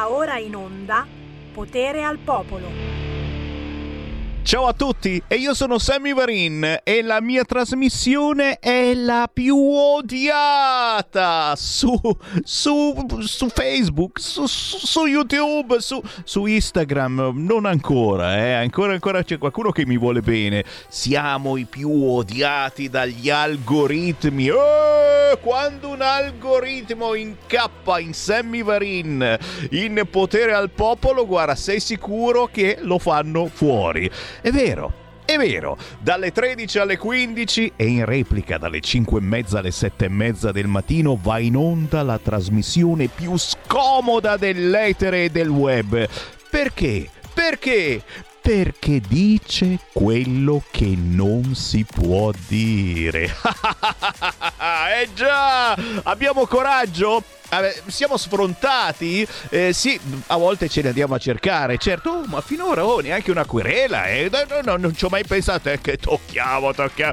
Va ora in onda Potere al Popolo. Ciao a tutti, e io sono Sammy Varin e la mia trasmissione è la più odiata su Facebook, su YouTube, su Instagram. Non ancora, ancora c'è qualcuno che mi vuole bene. Siamo i più odiati dagli algoritmi. Quando un algoritmo incappa in Sammy Varin, in Potere al Popolo, guarda, sei sicuro che lo fanno fuori. È vero, dalle 13 alle 15 e in replica dalle 5:30 alle 7:30 del mattino va in onda la trasmissione più scomoda dell'etere e del web. Perché? Perché dice quello che non si può dire. Già, abbiamo coraggio? Siamo sfrontati? Sì, a volte ce ne andiamo a cercare, certo, ma finora neanche una querela, no, non ci ho mai pensato, che tocchiamo.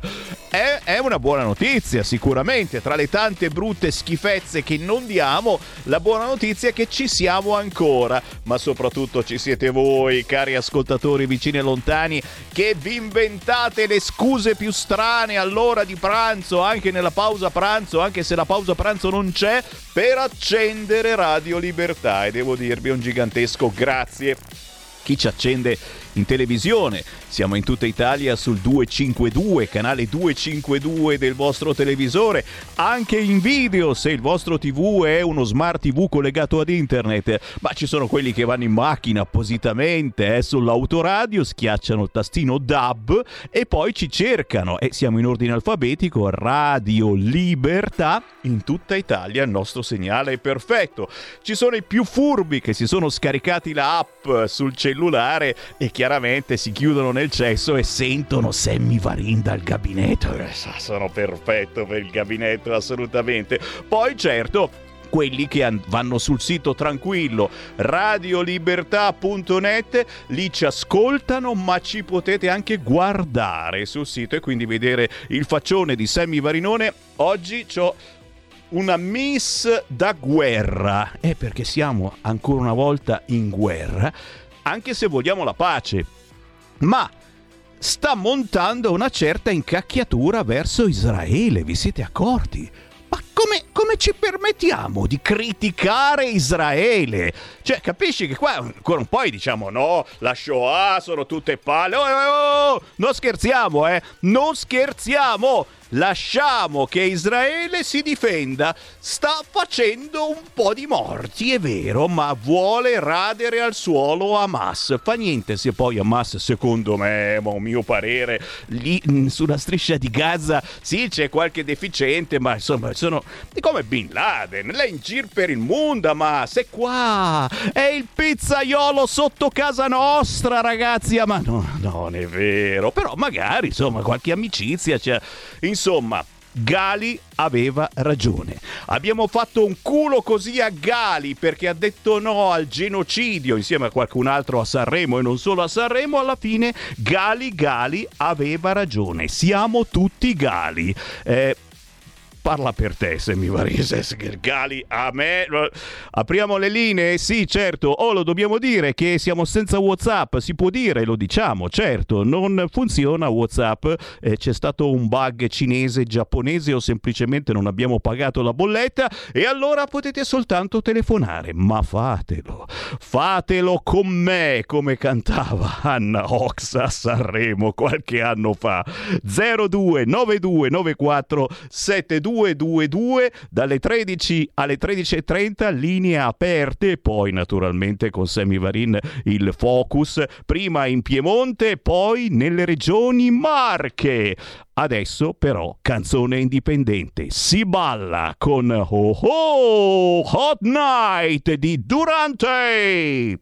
È una buona notizia, sicuramente. Tra le tante brutte schifezze che non diamo, la buona notizia è che ci siamo ancora, ma soprattutto ci siete voi, cari ascoltatori vicini e lontani, che vi inventate le scuse più strane all'ora di pranzo, anche nella pausa pranzo, anche se la pausa pranzo non c'è, per accendere Radio Libertà. E devo dirvi un gigantesco grazie chi ci accende in televisione. Siamo in tutta Italia sul 252, canale 252 del vostro televisore, anche in video se il vostro TV è uno smart TV collegato ad internet, ma ci sono quelli che vanno in macchina appositamente sull'autoradio, schiacciano il tastino DAB e poi ci cercano, e siamo in ordine alfabetico, Radio Libertà. In tutta Italia il nostro segnale è perfetto. Ci sono i più furbi che si sono scaricati la app sul cellulare e chiaramente si chiudono nel cesso e sentono Sammy Varin dal gabinetto. Sono perfetto per il gabinetto, assolutamente. Poi certo, quelli che vanno sul sito tranquillo radiolibertà.net, lì ci ascoltano, ma ci potete anche guardare sul sito e quindi vedere il faccione di Sammy Varinone. Oggi c'ho una miss da guerra, perché siamo ancora una volta in guerra, anche se vogliamo la pace, ma sta montando una certa incacchiatura verso Israele, vi siete accorti? Ma come ci permettiamo di criticare Israele? Cioè, capisci che qua ancora un po' diciamo no, la Shoah sono tutte palle. Non scherziamo, non scherziamo. Lasciamo che Israele si difenda. Sta facendo un po' di morti, è vero, ma vuole radere al suolo Hamas. Fa niente se poi Hamas, secondo me, ma un mio parere, lì sulla striscia di Gaza, sì, c'è qualche deficiente, ma insomma sono come Bin Laden. Lei in giro per il mondo, ma se qua è il pizzaiolo sotto casa nostra, ragazzi. Ma no, non è vero. Però magari, insomma, qualche amicizia c'è. Insomma, Gali aveva ragione. Abbiamo fatto un culo così a Gali perché ha detto no al genocidio insieme a qualcun altro a Sanremo, e non solo a Sanremo. Alla fine Gali aveva ragione. Siamo tutti Gali. Parla per te, Sammy Varin. Gali, a me. Apriamo le linee? Sì, certo. Lo dobbiamo dire che siamo senza WhatsApp. Si può dire, lo diciamo, certo. Non funziona WhatsApp. C'è stato un bug cinese, giapponese, o semplicemente non abbiamo pagato la bolletta, e allora potete soltanto telefonare. Ma fatelo con me, come cantava Anna Ox a Sanremo qualche anno fa. 0292947222 dalle 13 alle 13:30, linee aperte. Poi naturalmente con Sammy Varin il focus prima in Piemonte, poi nelle regioni Marche. Adesso però canzone indipendente, si balla con Oh Oh Hot Night di Durante.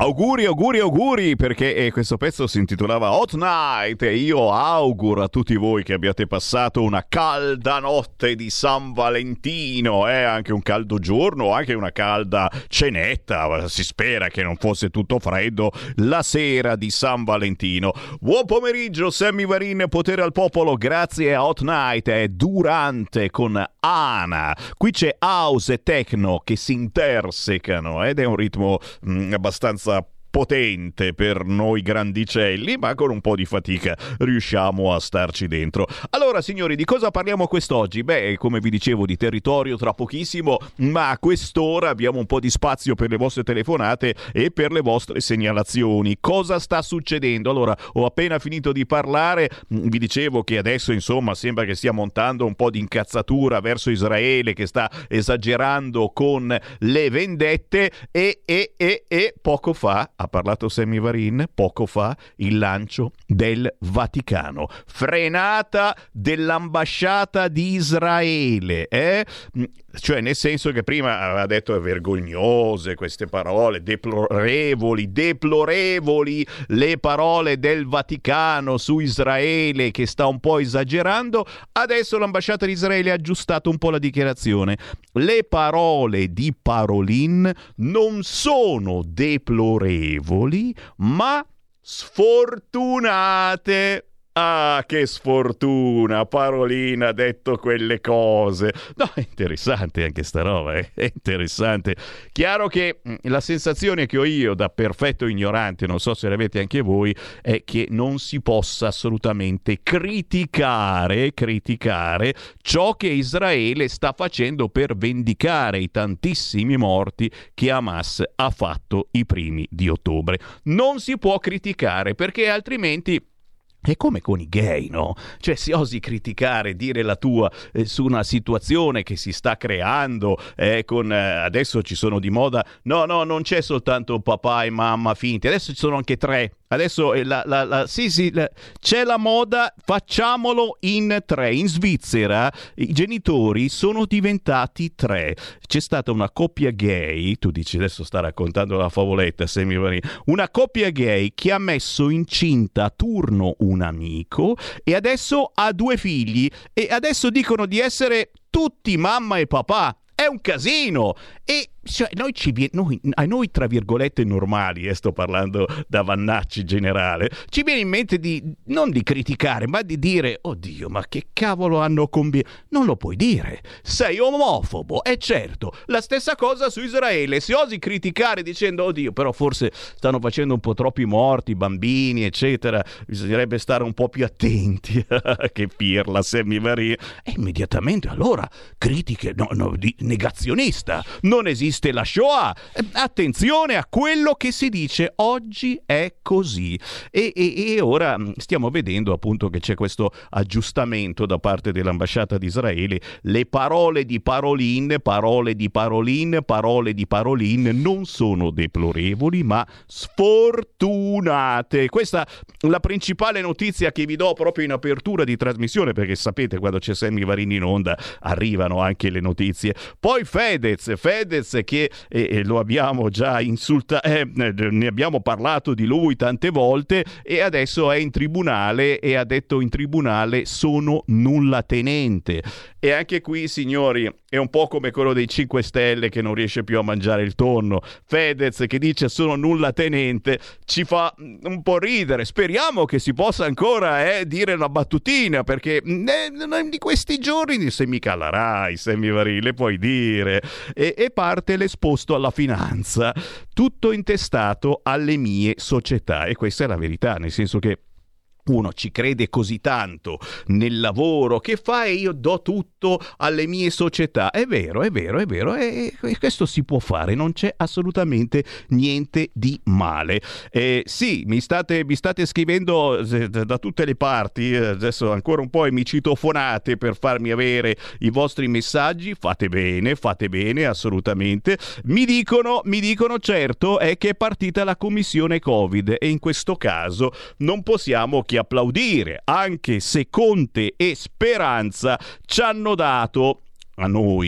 Auguri, perché questo pezzo si intitolava Hot Night e io auguro a tutti voi che abbiate passato una calda notte di San Valentino, anche un caldo giorno, anche una calda cenetta, si spera che non fosse tutto freddo la sera di San Valentino. Buon pomeriggio, Sammy Varin, potere al popolo, grazie a Hot Night e Durante con Ana. Qui c'è house e techno che si intersecano ed è un ritmo abbastanza potente per noi grandicelli, ma con un po' di fatica riusciamo a starci dentro. Allora, signori, di cosa parliamo quest'oggi? Beh, come vi dicevo, di territorio tra pochissimo, ma a quest'ora abbiamo un po' di spazio per le vostre telefonate e per le vostre segnalazioni. Cosa sta succedendo? Allora, ho appena finito di parlare, vi dicevo che adesso, insomma, sembra che stia montando un po' di incazzatura verso Israele, che sta esagerando con le vendette e poco fa ha parlato Sammy Varin, poco fa, il lancio del Vaticano. Frenata dell'ambasciata di Israele, Cioè, nel senso che prima aveva detto è vergognose queste parole, deplorevoli le parole del Vaticano su Israele, che sta un po' esagerando. Adesso l'ambasciata di Israele ha aggiustato un po' la dichiarazione. Le parole di Parolin non sono deplorevoli, ma sfortunate. Ah, che sfortuna, Parolina ha detto quelle cose. No, è interessante anche sta roba, è interessante. Chiaro che la sensazione che ho io, da perfetto ignorante, non so se l'avete anche voi, è che non si possa assolutamente criticare ciò che Israele sta facendo per vendicare i tantissimi morti che Hamas ha fatto i primi di ottobre. Non si può criticare, perché altrimenti è come con i gay, no? Cioè, se osi criticare, dire la tua su una situazione che si sta creando, adesso ci sono di moda, no, non c'è soltanto papà e mamma finti, adesso ci sono anche tre. Adesso c'è la moda, facciamolo in tre. In Svizzera i genitori sono diventati tre. C'è stata una coppia gay, tu dici adesso sta raccontando la favoletta, una coppia gay che ha messo incinta a turno un amico e adesso ha 2 figli e adesso dicono di essere tutti mamma e papà. È un casino! E cioè, noi tra virgolette normali, sto parlando da Vannacci generale, ci viene in mente non di criticare, ma di dire, oddio, ma che cavolo hanno combinato? Non lo puoi dire, sei omofobo, è certo. La stessa cosa su Israele, se osi criticare dicendo, oddio, però forse stanno facendo un po' troppi morti, bambini, eccetera, bisognerebbe stare un po' più attenti. Che pirla, Sammy Varin. E immediatamente allora critiche, negazionista, non esiste la Shoah. Attenzione a quello che si dice, oggi è così e ora stiamo vedendo appunto che c'è questo aggiustamento da parte dell'ambasciata di Israele. Le parole di Parolin non sono deplorevoli ma sfortunate. Questa è la principale notizia che vi do proprio in apertura di trasmissione, perché sapete, quando c'è Sammy Varin in onda arrivano anche le notizie. Poi Fedez che lo abbiamo già insultato, ne abbiamo parlato di lui tante volte e adesso è in tribunale e ha detto in tribunale sono nullatenente. E anche qui, signori, è un po' come quello dei 5 Stelle che non riesce più a mangiare il tonno. Fedez che dice sono nullatenente ci fa un po' ridere. Speriamo che si possa ancora dire la battutina, perché di questi giorni, se mica la Rai, Sammy Varin, le puoi dire. E parte l'esposto alla finanza, tutto intestato alle mie società. E questa è la verità, nel senso che uno ci crede così tanto nel lavoro che fa e io do tutto alle mie società. È vero, e questo si può fare, non c'è assolutamente niente di male. Sì, mi state scrivendo da tutte le parti, adesso ancora un po' e mi citofonate per farmi avere i vostri messaggi. Fate bene, assolutamente. Mi dicono certo è che è partita la commissione Covid e in questo caso non possiamo che applaudire, anche se Conte e Speranza ci hanno dato a noi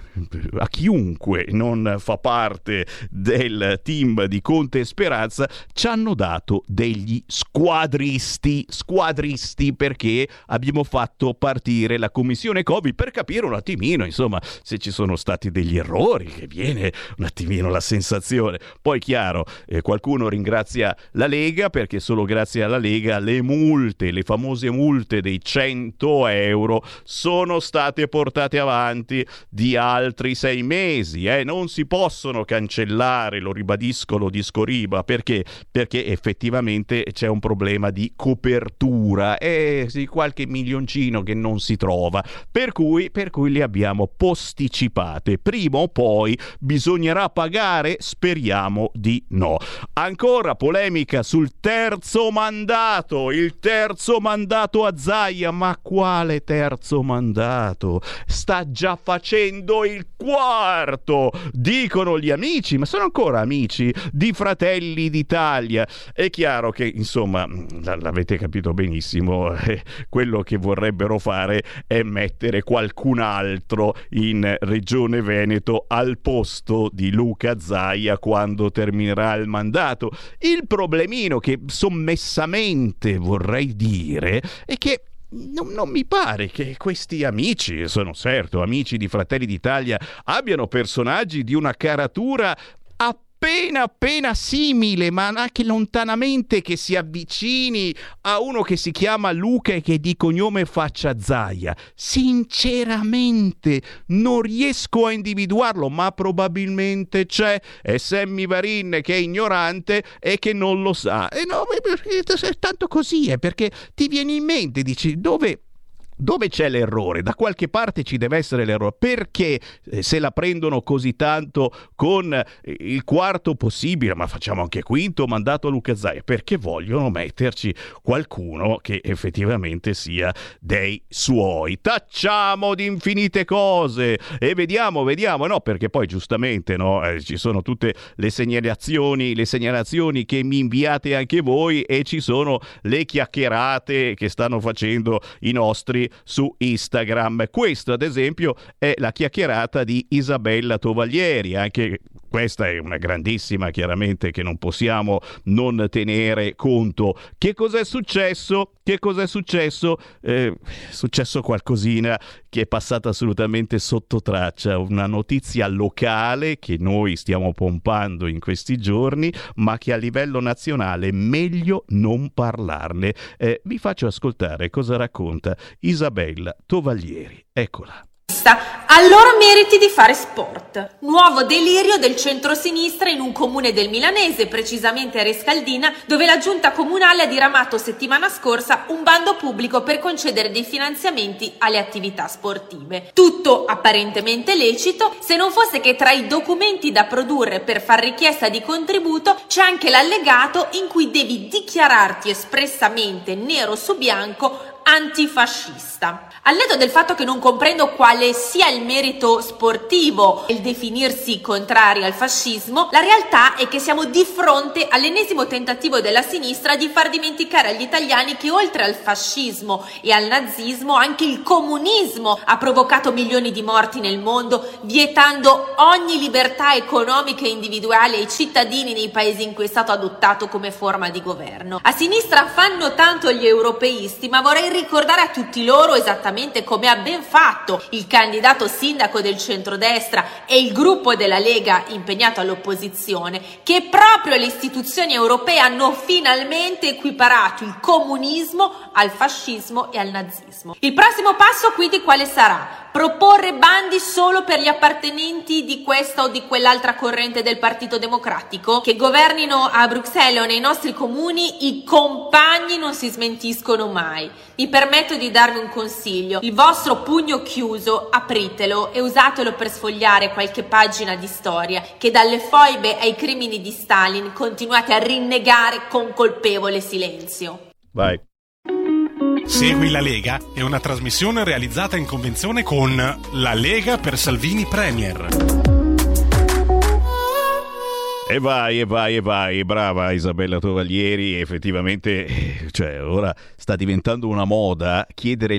a chiunque non fa parte del team di Conte e Speranza, ci hanno dato degli squadristi, perché abbiamo fatto partire la commissione Covid per capire un attimino, insomma, se ci sono stati degli errori, che viene un attimino la sensazione. Poi chiaro, qualcuno ringrazia la Lega, perché solo grazie alla Lega le multe, le famose multe dei 100 euro sono state portate avanti di altri 6 mesi. Non si possono cancellare, lo ribadisco, lo disco riba, perché effettivamente c'è un problema di copertura, sì, qualche milioncino che non si trova, per cui le abbiamo posticipate. Prima o poi bisognerà pagare? Speriamo di no. Ancora polemica sul terzo mandato, il terzo mandato a Zaia. Ma quale terzo mandato? Sta già facendo il quarto, dicono gli amici, ma sono ancora amici di Fratelli d'Italia. È chiaro che, insomma, l'avete capito benissimo, quello che vorrebbero fare è mettere qualcun altro in Regione Veneto al posto di Luca Zaia quando terminerà il mandato. Il problemino che sommessamente vorrei dire è che non mi pare che questi amici, sono certo amici di Fratelli d'Italia, abbiano personaggi di una caratura appena simile, ma anche lontanamente che si avvicini a uno che si chiama Luca e che di cognome faccia Zaia. Sinceramente non riesco a individuarlo, ma probabilmente c'è. È Sammy Varin che è ignorante e che non lo sa. E no, tanto così è, perché ti viene in mente, dici, dove c'è l'errore? Da qualche parte ci deve essere l'errore. Perché se la prendono così tanto con il quarto possibile, ma facciamo anche quinto mandato a Luca Zaia? Perché vogliono metterci qualcuno che effettivamente sia dei suoi. Tacciamo di infinite cose e vediamo, no, perché poi giustamente, no, ci sono tutte le segnalazioni che mi inviate anche voi, e ci sono le chiacchierate che stanno facendo i nostri su Instagram. Questo ad esempio è la chiacchierata di Isabella Tovaglieri, anche questa è una grandissima, chiaramente, che non possiamo non tenere conto. Che cos'è successo? È successo qualcosina che è passata assolutamente sotto traccia, una notizia locale che noi stiamo pompando in questi giorni, ma che a livello nazionale meglio non parlarne. Vi faccio ascoltare cosa racconta Isabella Tovaglieri. Eccola. Allora meriti di fare sport. Nuovo delirio del centrosinistra in un comune del Milanese, precisamente a Rescaldina, dove la giunta comunale ha diramato settimana scorsa un bando pubblico per concedere dei finanziamenti alle attività sportive. Tutto apparentemente lecito, se non fosse che tra i documenti da produrre per far richiesta di contributo c'è anche l'allegato in cui devi dichiararti espressamente, nero su bianco, antifascista. Al netto del fatto che non comprendo quale sia il merito sportivo il definirsi contrari al fascismo, la realtà è che siamo di fronte all'ennesimo tentativo della sinistra di far dimenticare agli italiani che oltre al fascismo e al nazismo anche il comunismo ha provocato milioni di morti nel mondo, vietando ogni libertà economica e individuale ai cittadini nei paesi in cui è stato adottato come forma di governo. A sinistra fanno tanto gli europeisti, ma vorrei ricordare a tutti loro, esattamente come ha ben fatto il candidato sindaco del centrodestra e il gruppo della Lega impegnato all'opposizione, che proprio le istituzioni europee hanno finalmente equiparato il comunismo al fascismo e al nazismo. Il prossimo passo quindi quale sarà? Proporre bandi solo per gli appartenenti di questa o di quell'altra corrente del Partito Democratico? Che governino a Bruxelles o nei nostri comuni, i compagni non si smentiscono mai. Mi permetto di darvi un consiglio: il vostro pugno chiuso apritelo e usatelo per sfogliare qualche pagina di storia che dalle foibe ai crimini di Stalin continuate a rinnegare con colpevole silenzio. Vai. Segui la Lega è una trasmissione realizzata in convenzione con La Lega per Salvini Premier. E vai, brava Isabella Tovaglieri, effettivamente, cioè ora sta diventando una moda chiedere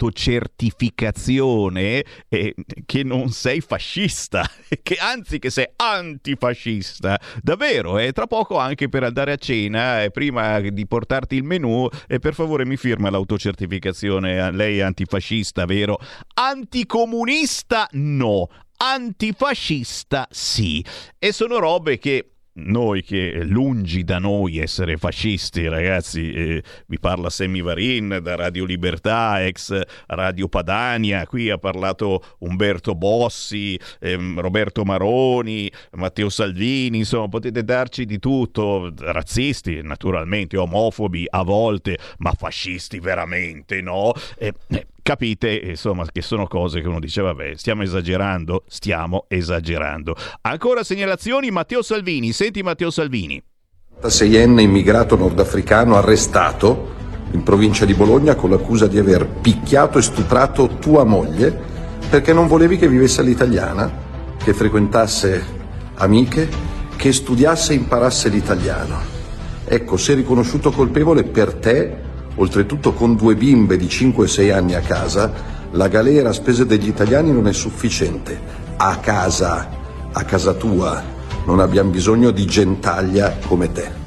l'autocertificazione che non sei fascista, anzi che sei antifascista, davvero, tra poco anche per andare a cena, prima di portarti il menù, per favore mi firma l'autocertificazione, lei è antifascista, vero? Anticomunista no, antifascista sì, e sono robe che noi, che lungi da noi essere fascisti, ragazzi, vi parla Sammy Varin da Radio Libertà, ex Radio Padania, qui ha parlato Umberto Bossi, Roberto Maroni, Matteo Salvini, insomma potete darci di tutto, razzisti naturalmente, omofobi a volte, ma fascisti veramente no? Capite, insomma, che sono cose che uno dice, vabbè, stiamo esagerando. Ancora segnalazioni, Matteo Salvini, senti Matteo Salvini. 46enne immigrato nordafricano arrestato in provincia di Bologna con l'accusa di aver picchiato e stuprato tua moglie perché non volevi che vivesse all'italiana, che frequentasse amiche, che studiasse e imparasse l'italiano. Ecco, sei riconosciuto colpevole per te. Oltretutto con 2 bimbe di 5 e 6 anni a casa, la galera a spese degli italiani non è sufficiente. A casa tua, non abbiamo bisogno di gentaglia come te.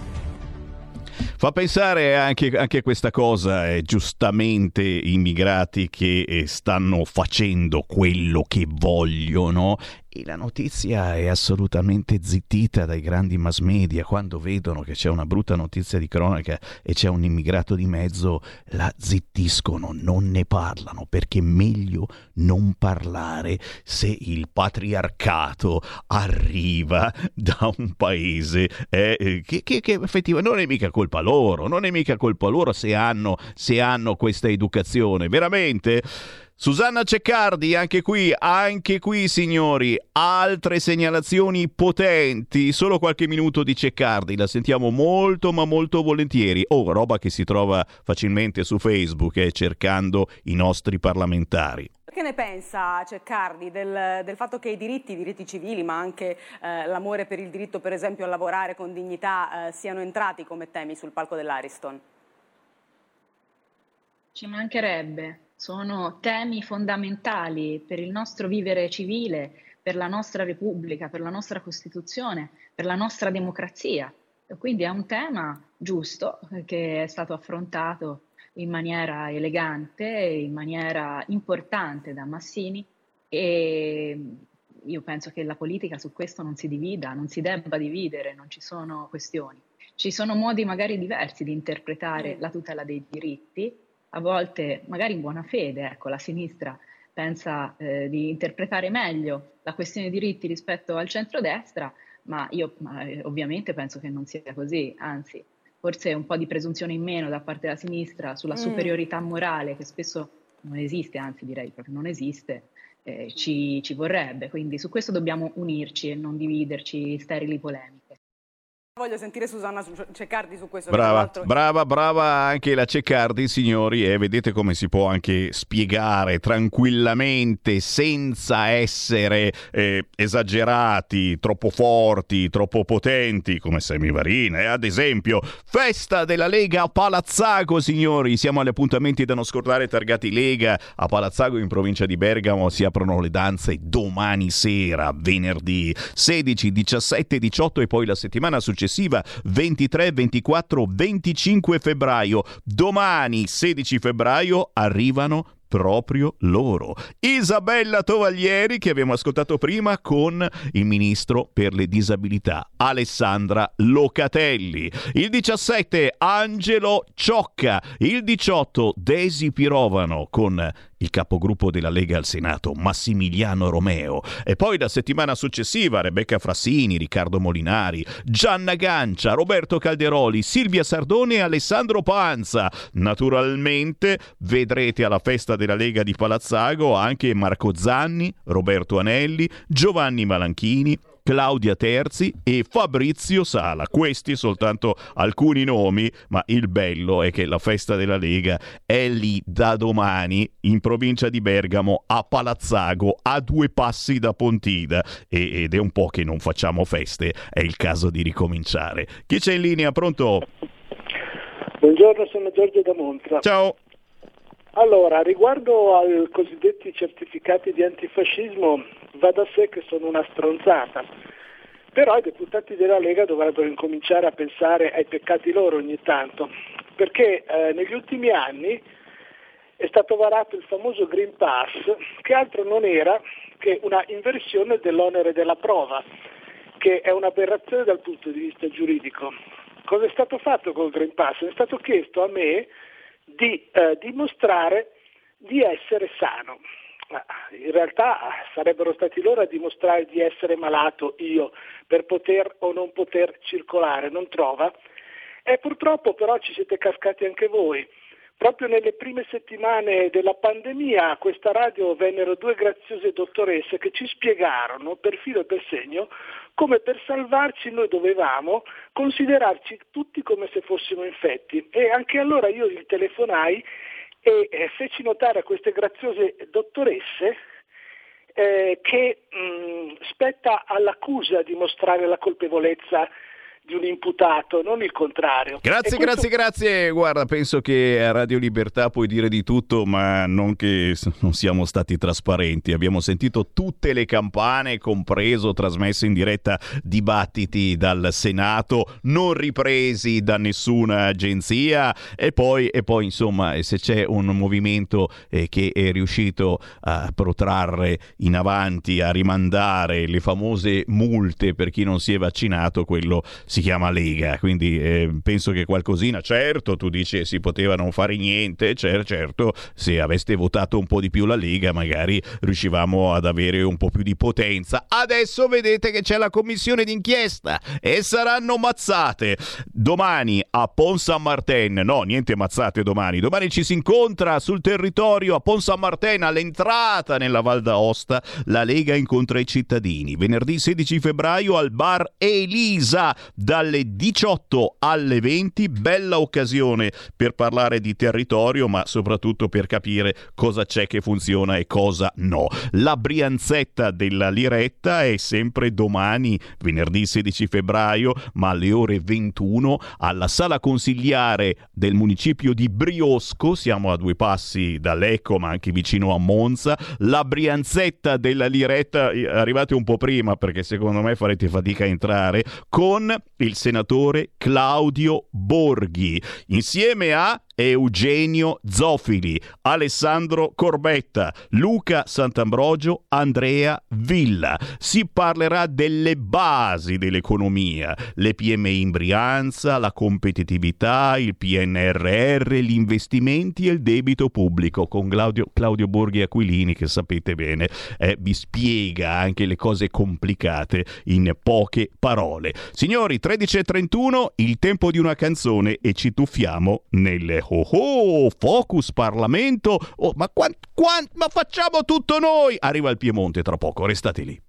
Fa pensare anche questa cosa, giustamente immigrati che stanno facendo quello che vogliono, e la notizia è assolutamente zittita dai grandi mass media. Quando vedono che c'è una brutta notizia di cronaca e c'è un immigrato di mezzo, la zittiscono, non ne parlano, perché è meglio non parlare se il patriarcato arriva da un paese che effettivamente non è mica colpa loro se hanno questa educazione, veramente. Susanna Ceccardi, anche qui signori, altre segnalazioni potenti, solo qualche minuto di Ceccardi, la sentiamo molto ma molto volentieri, roba che si trova facilmente su Facebook, cercando i nostri parlamentari. Che ne pensa Ceccardi del fatto che i diritti civili, ma anche l'amore per il diritto, per esempio, a lavorare con dignità, siano entrati come temi sul palco dell'Ariston? Ci mancherebbe. Sono temi fondamentali per il nostro vivere civile, per la nostra Repubblica, per la nostra Costituzione, per la nostra democrazia. E quindi è un tema giusto che è stato affrontato in maniera elegante, in maniera importante da Massini, e io penso che la politica su questo non si divida, non si debba dividere, non ci sono questioni. Ci sono modi magari diversi di interpretare la tutela dei diritti. A volte, magari in buona fede, ecco, la sinistra pensa di interpretare meglio la questione dei diritti rispetto al centrodestra, ma io ovviamente penso che non sia così, anzi, forse un po' di presunzione in meno da parte della sinistra sulla superiorità morale, che spesso non esiste, anzi direi proprio non esiste, ci vorrebbe. Quindi su questo dobbiamo unirci e non dividerci sterili polemiche. Voglio sentire Susanna Ceccardi su questo. Brava anche la Ceccardi, signori, e vedete come si può anche spiegare tranquillamente, senza essere esagerati, troppo forti, troppo potenti, come Sammy Varin. Ad esempio, festa della Lega a Palazzago, signori, siamo agli appuntamenti da non scordare targati Lega. A Palazzago, in provincia di Bergamo, si aprono le danze domani sera, venerdì 16, 17, 18 e poi la settimana successiva 23, 24, 25 febbraio. Domani 16 febbraio arrivano proprio loro. Isabella Tovaglieri, che abbiamo ascoltato prima, con il ministro per le disabilità Alessandra Locatelli. Il 17 Angelo Ciocca. Il 18 Desi Pirovano con il capogruppo della Lega al Senato Massimiliano Romeo. E poi la settimana successiva Rebecca Frassini, Riccardo Molinari, Gianna Gancia, Roberto Calderoli, Silvia Sardone e Alessandro Panza. Naturalmente vedrete alla festa della Lega di Palazzago anche Marco Zanni, Roberto Anelli, Giovanni Malanchini, Claudia Terzi e Fabrizio Sala. Questi soltanto alcuni nomi, ma il bello è che la festa della Lega è lì da domani in provincia di Bergamo, a Palazzago, a 2 passi da Pontida, ed è un po' che non facciamo feste, è il caso di ricominciare. Chi c'è in linea? Pronto? Buongiorno, sono Giorgio da Monza. Ciao. Allora, riguardo ai cosiddetti certificati di antifascismo, va da sé che sono una stronzata, però i deputati della Lega dovrebbero incominciare a pensare ai peccati loro ogni tanto, perché negli ultimi anni è stato varato il famoso Green Pass, che altro non era che una inversione dell'onere della prova, che è un'aberrazione dal punto di vista giuridico. Cosa è stato fatto col Green Pass? È stato chiesto a me di dimostrare di essere sano. In realtà sarebbero stati loro a dimostrare di essere malato io per poter o non poter circolare, non trova? E purtroppo però ci siete cascati anche voi. Proprio nelle prime settimane della pandemia a questa radio vennero 2 graziose dottoresse che ci spiegarono per filo e per segno come per salvarci noi dovevamo considerarci tutti come se fossimo infetti, e anche allora io gli telefonai e feci notare a queste graziose dottoresse che spetta all'accusa dimostrare la colpevolezza di un imputato, non il contrario. Grazie. Guarda, penso che a Radio Libertà puoi dire di tutto, ma non che non siamo stati trasparenti. Abbiamo sentito tutte le campane, compreso trasmesse in diretta dibattiti dal Senato, non ripresi da nessuna agenzia, e poi insomma, se c'è un movimento che è riuscito a protrarre in avanti, a rimandare le famose multe per chi non si è vaccinato, quello si chiama Lega, quindi penso che qualcosina, certo, tu dici si poteva non fare niente, certo, se aveste votato un po' di più la Lega magari riuscivamo ad avere un po' più di potenza. Adesso vedete che c'è la commissione d'inchiesta e saranno mazzate. Domani a Pont Saint Martin, no, niente mazzate domani ci si incontra sul territorio a Pont Saint Martin, all'entrata nella Val d'Aosta, la Lega incontra i cittadini. Venerdì 16 febbraio al bar Elisa, dalle 18 alle 20, bella occasione per parlare di territorio, ma soprattutto per capire cosa c'è che funziona e cosa no. La Brianzetta della Liretta è sempre domani, venerdì 16 febbraio, ma alle ore 21 alla sala consigliare del municipio di Briosco, siamo a 2 passi da Lecco ma anche vicino a Monza. La Brianzetta della Liretta, arrivate un po' prima perché secondo me farete fatica a entrare, con il senatore Claudio Borghi, insieme a Eugenio Zofili, Alessandro Corbetta, Luca Sant'Ambrogio, Andrea Villa. Si parlerà delle basi dell'economia, le PMI in Brianza, la competitività, il PNRR, gli investimenti e il debito pubblico, con Claudio Borghi Aquilini, che sapete bene vi spiega anche le cose complicate in poche parole. Signori, 13:31, il tempo di una canzone e ci tuffiamo nelle Focus Parlamento. Ma facciamo tutto noi. Arriva il Piemonte tra poco, restate lì.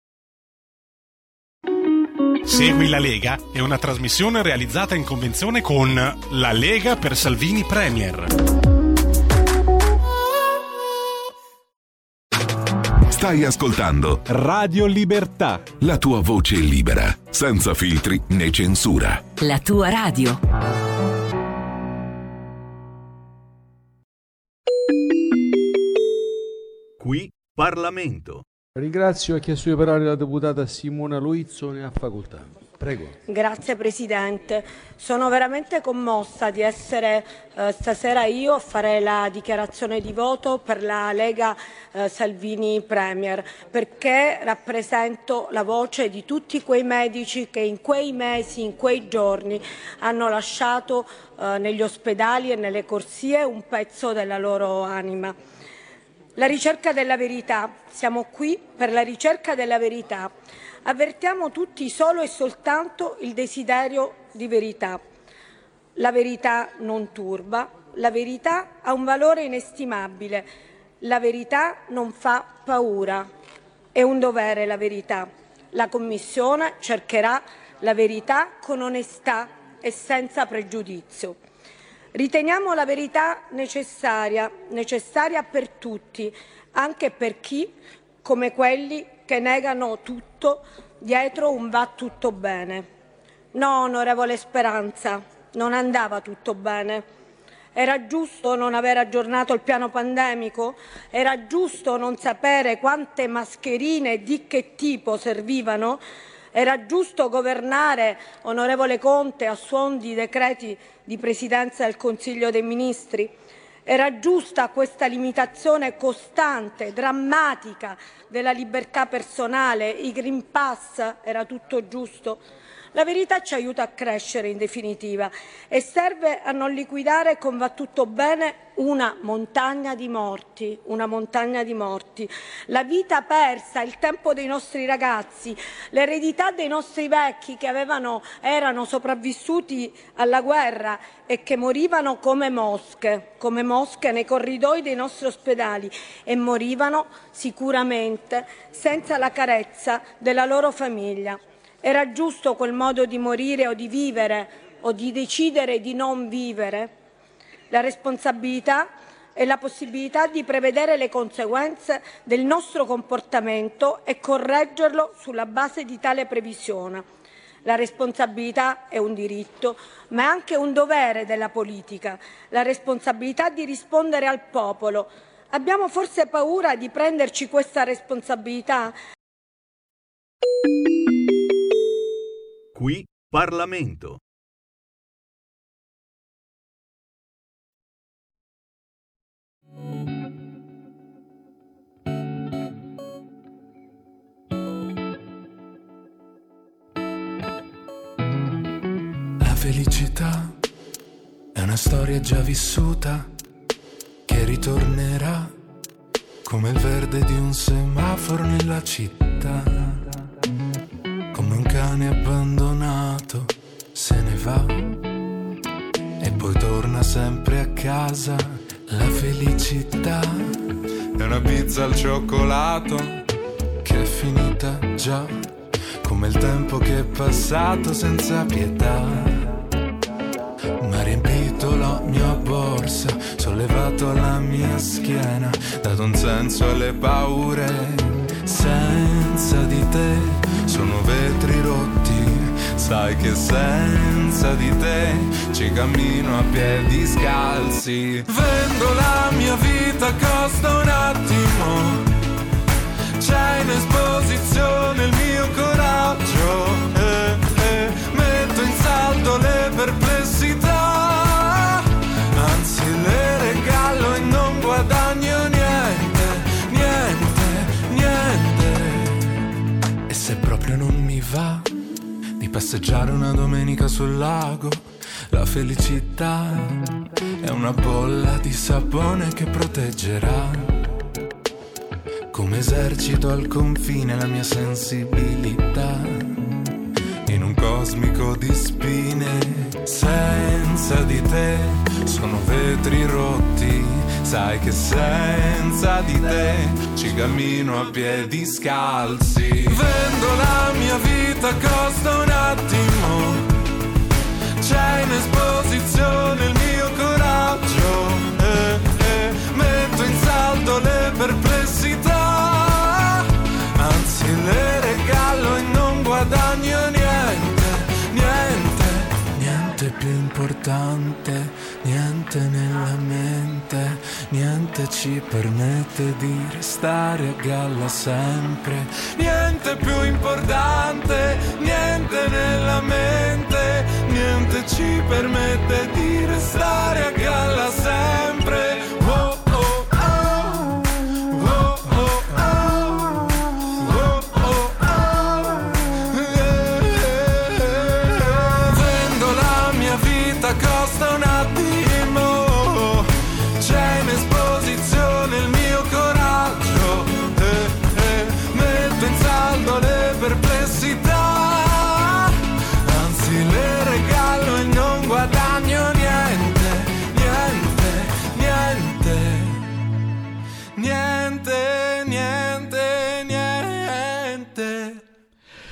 Segui la Lega è una trasmissione realizzata in convenzione con La Lega per Salvini Premier. Stai ascoltando Radio Libertà, la tua voce libera, senza filtri né censura. La tua radio. Qui Parlamento. Ringrazio e chiesto di parlare la deputata Simona Luizzo, ne ha facoltà. Prego. Grazie Presidente. Sono veramente commossa di essere stasera io a fare la dichiarazione di voto per la Lega Salvini Premier, perché rappresento la voce di tutti quei medici che in quei mesi, in quei giorni hanno lasciato negli ospedali e nelle corsie un pezzo della loro anima. La ricerca della verità. Siamo qui per la ricerca della verità. Avvertiamo tutti solo e soltanto il desiderio di verità. La verità non turba, la verità ha un valore inestimabile, la verità non fa paura. È un dovere la verità. La Commissione cercherà la verità con onestà e senza pregiudizio. Riteniamo la verità necessaria per tutti, anche per chi, come quelli che negano tutto dietro un va tutto bene. No, onorevole Speranza, non andava tutto bene. Era giusto non aver aggiornato il piano pandemico? Era giusto non sapere quante mascherine e di che tipo servivano? Era giusto governare, onorevole Conte, a suon di decreti di Presidenza del Consiglio dei Ministri? Era giusta questa limitazione costante, drammatica della libertà personale? I Green Pass? Era tutto giusto? La verità ci aiuta a crescere, in definitiva, e serve a non liquidare con va tutto bene una montagna di morti, La vita persa, il tempo dei nostri ragazzi, l'eredità dei nostri vecchi che erano sopravvissuti alla guerra e che morivano come mosche nei corridoi dei nostri ospedali, e morivano sicuramente senza la carezza della loro famiglia. Era giusto quel modo di morire o di vivere o di decidere di non vivere? La responsabilità e la possibilità di prevedere le conseguenze del nostro comportamento e correggerlo sulla base di tale previsione. La responsabilità è un diritto, ma è anche un dovere della politica, la responsabilità di rispondere al popolo. Abbiamo forse paura di prenderci questa responsabilità? Qui Parlamento. La felicità è una storia già vissuta che ritornerà come il verde di un semaforo nella città. Come un cane abbandonato se ne va e poi torna sempre a casa. La felicità è una pizza al cioccolato che è finita già, come il tempo che è passato senza pietà. Ma riempito la mia borsa, sollevato la mia schiena, dato un senso alle paure. Senza di te sono vetri rotti, sai che senza di te ci cammino a piedi scalzi. Vendo la mia vita, costa un attimo, c'è in esposizione il mio coraggio, metto in saldo le perplessità, anzi le regalo e non guadagno niente, niente. E se proprio non mi va di passeggiare una domenica sul lago, la felicità è una bolla di sapone che proteggerà come esercito al confine la mia sensibilità, in un cosmico di spine. Senza di te sono vetri rotti, sai che senza di te ci cammino a piedi scalzi. Vendo la mia vita, costa un attimo, c'è in esposizione il mio coraggio, metto in saldo le perplessità, anzi le regalo e non guadagno niente, niente più importante, niente nella mente, niente ci permette di restare a galla sempre, niente più importante, niente nella mente, niente ci permette di restare a galla sempre. Oh, oh, oh. Oh, oh, oh. Oh, oh, oh. Vendo la mia vita, costa un attimo, c'è in esposizione il mio coraggio, metto in saldo le perplessità, anzi le regalo e non guadagno niente, niente,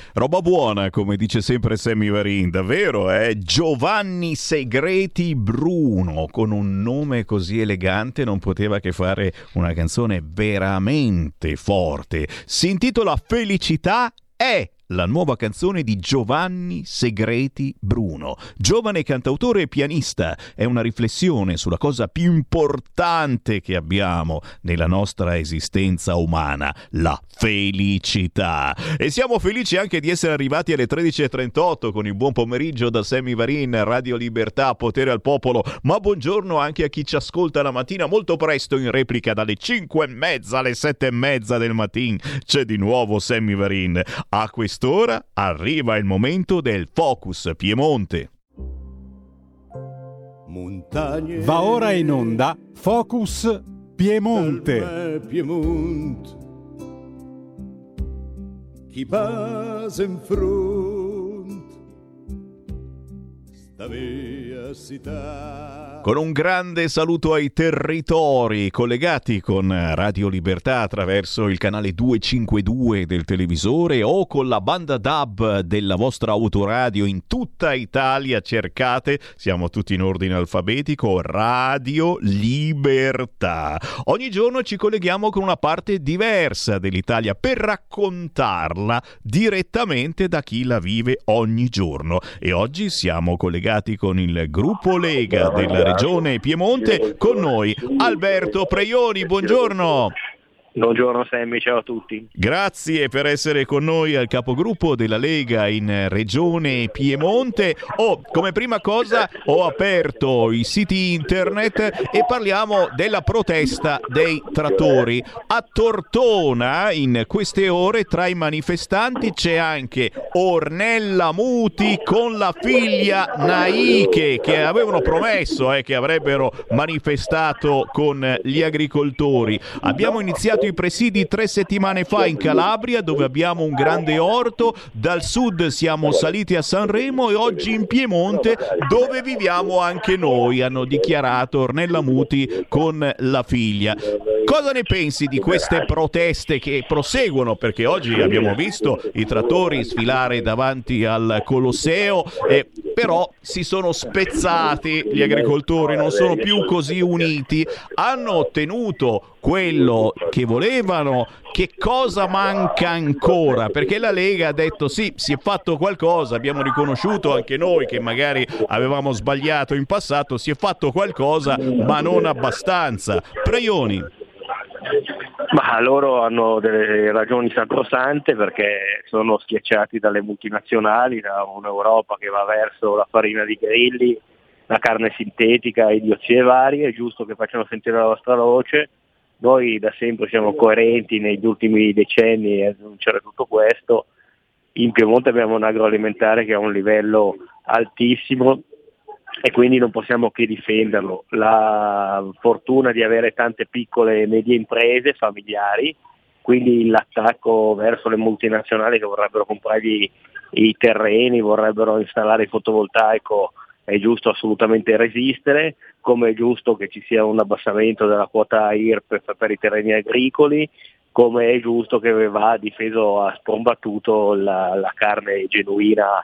Roba buona, come dice sempre Sammy Varin, davvero, Giovanni Segreti Bruno, con un nome così elegante non poteva che fare una canzone veramente forte. Si intitola Felicità, è la nuova canzone di Giovanni Segreti Bruno, giovane cantautore e pianista. È una riflessione sulla cosa più importante che abbiamo nella nostra esistenza umana, la felicità. E siamo felici anche di essere arrivati alle 13.38 con il buon pomeriggio da Sammy Varin, Radio Libertà, Potere al Popolo. Ma buongiorno anche a chi ci ascolta la mattina molto presto in replica dalle 5:30 alle 7:30 del mattino. C'è di nuovo Sammy Varin. A quest'ora arriva il momento del Focus Piemonte. Va ora in onda Focus Piemonte. Chi passa in front sta via città. Con un grande saluto ai territori collegati con Radio Libertà attraverso il canale 252 del televisore o con la banda DAB della vostra autoradio in tutta Italia. Cercate, siamo tutti in ordine alfabetico, Radio Libertà. Ogni giorno ci colleghiamo con una parte diversa dell'Italia per raccontarla direttamente da chi la vive ogni giorno. E oggi siamo collegati con il gruppo Lega della Regione Piemonte, con noi Alberto Preioni, buongiorno. Buongiorno Sammy, ciao a tutti. Grazie per essere con noi al capogruppo della Lega in Regione Piemonte. Come prima cosa ho aperto i siti internet e parliamo della protesta dei trattori. A Tortona in queste ore tra i manifestanti c'è anche Ornella Muti con la figlia Naike, che avevano promesso che avrebbero manifestato con gli agricoltori. Abbiamo iniziato i presidi 3 settimane fa in Calabria, dove abbiamo un grande orto. Dal sud siamo saliti a Sanremo e oggi in Piemonte, dove viviamo anche noi, hanno dichiarato Ornella Muti con la figlia. Cosa ne pensi di queste proteste che proseguono? Perché oggi abbiamo visto i trattori sfilare davanti al Colosseo, però si sono spezzati gli agricoltori, non sono più così uniti, hanno ottenuto quello che volevano. Che cosa manca ancora? Perché la Lega ha detto sì, si è fatto qualcosa, abbiamo riconosciuto anche noi che magari avevamo sbagliato in passato, si è fatto qualcosa ma non abbastanza. Preioni. Ma loro hanno delle ragioni sacrosante, perché sono schiacciati dalle multinazionali, da un'Europa che va verso la farina di grilli, la carne sintetica, idiozie varie. È giusto che facciano sentire la vostra voce. Noi da sempre siamo coerenti negli ultimi decenni a denunciare tutto questo. In Piemonte abbiamo un agroalimentare che ha un livello altissimo e quindi non possiamo che difenderlo. La fortuna di avere tante piccole e medie imprese familiari, quindi l'attacco verso le multinazionali che vorrebbero comprare i terreni, vorrebbero installare il fotovoltaico, è giusto assolutamente resistere, come è giusto che ci sia un abbassamento della quota IRPEF per i terreni agricoli, come è giusto che va difeso a sprombattuto la carne genuina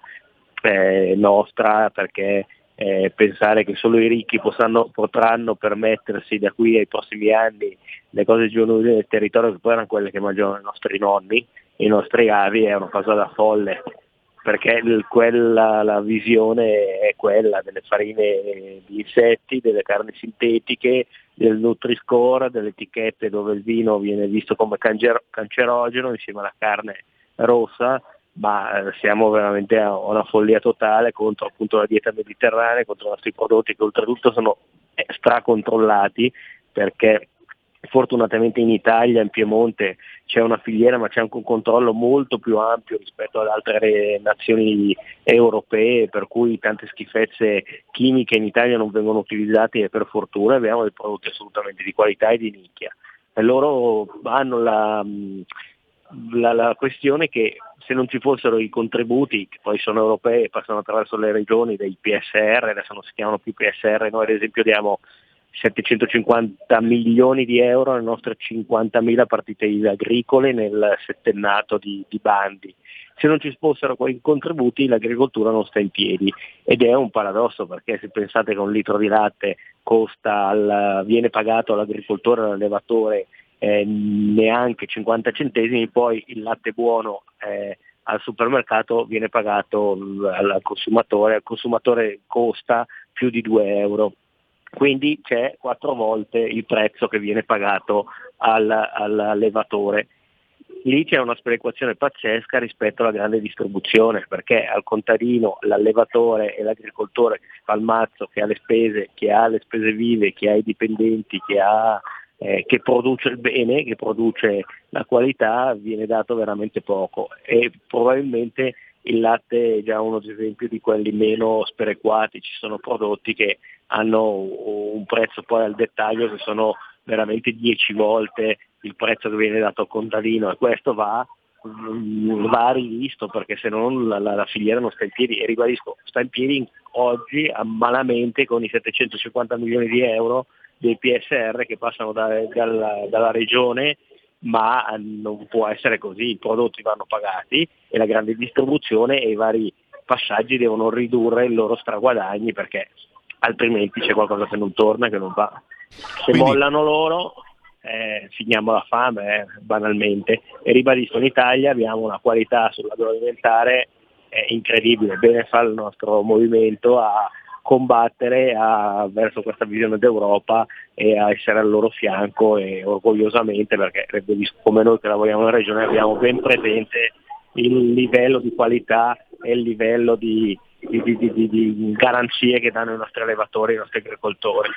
nostra, perché pensare che solo i ricchi potranno permettersi da qui ai prossimi anni le cose genuine del territorio, che poi erano quelle che mangiavano i nostri nonni, i nostri avi, è una cosa da folle, perché la visione è quella delle farine di insetti, delle carni sintetiche, del Nutri-Score, delle etichette dove il vino viene visto come cancerogeno insieme alla carne rossa. Ma siamo veramente a una follia totale contro appunto la dieta mediterranea, contro i nostri prodotti che oltretutto sono stracontrollati, perché fortunatamente in Italia, in Piemonte, c'è una filiera, ma c'è anche un controllo molto più ampio rispetto ad altre nazioni europee, per cui tante schifezze chimiche in Italia non vengono utilizzate e per fortuna abbiamo dei prodotti assolutamente di qualità e di nicchia. E loro hanno la questione che se non ci fossero i contributi, che poi sono europei e passano attraverso le regioni, dei PSR, adesso non si chiamano più PSR, noi ad esempio diamo 750 milioni di euro alle nostre 50.000 partite IVA agricole nel settennato di bandi. Se non ci fossero quei contributi l'agricoltura non sta in piedi, ed è un paradosso, perché se pensate che un litro di latte viene pagato all'agricoltore, all'allevatore neanche 50 centesimi, poi il latte buono al supermercato viene pagato al consumatore costa più di 2 euro. Quindi c'è 4 volte il prezzo che viene pagato all'allevatore. Lì c'è una sperequazione pazzesca rispetto alla grande distribuzione, perché al contadino, l'allevatore e l'agricoltore che si fa il mazzo, che ha le spese vive, che ha i dipendenti, che produce il bene, che produce la qualità, viene dato veramente poco, e probabilmente il latte è già uno esempio di quelli meno sperequati. Ci sono prodotti che hanno un prezzo poi al dettaglio che sono veramente 10 volte il prezzo che viene dato al contadino, e questo va rivisto, perché se non la filiera non sta in piedi, e ribadisco, sta in piedi oggi malamente con i 750 milioni di euro dei PSR che passano dalla regione, ma non può essere così. I prodotti vanno pagati e la grande distribuzione e i vari passaggi devono ridurre i loro straguadagni, perché altrimenti c'è qualcosa che non torna, che non va. Se mollano loro finiamo la fame, banalmente. E ribadisco, in Italia abbiamo una qualità sull'agroalimentare incredibile. Bene fa il nostro movimento a combattere verso questa visione d'Europa e a essere al loro fianco, e orgogliosamente, perché come noi che lavoriamo in regione abbiamo ben presente il livello di qualità e il livello di garanzie che danno i nostri allevatori e i nostri agricoltori.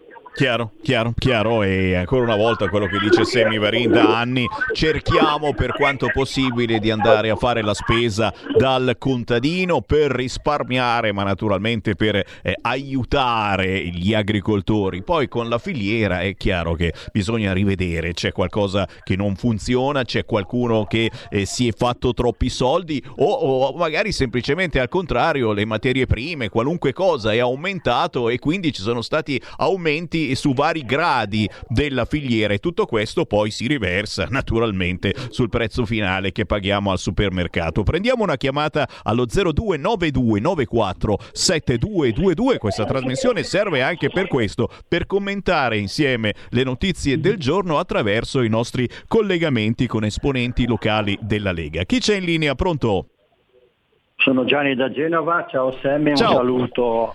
Chiaro, e ancora una volta quello che dice Sammy Varin da anni: cerchiamo per quanto possibile di andare a fare la spesa dal contadino per risparmiare, ma naturalmente per aiutare gli agricoltori. Poi con la filiera è chiaro che bisogna rivedere, c'è qualcosa che non funziona, c'è qualcuno che si è fatto troppi soldi, o magari semplicemente al contrario le materie prime, qualunque cosa è aumentato, e quindi ci sono stati aumenti su vari gradi della filiera, e tutto questo poi si riversa naturalmente sul prezzo finale che paghiamo al supermercato. Prendiamo una chiamata allo 0292947222. Questa trasmissione serve anche per questo, per commentare insieme le notizie del giorno attraverso i nostri collegamenti con esponenti locali della Lega. Chi c'è in linea? Pronto? Sono Gianni da Genova, ciao Sammy, un saluto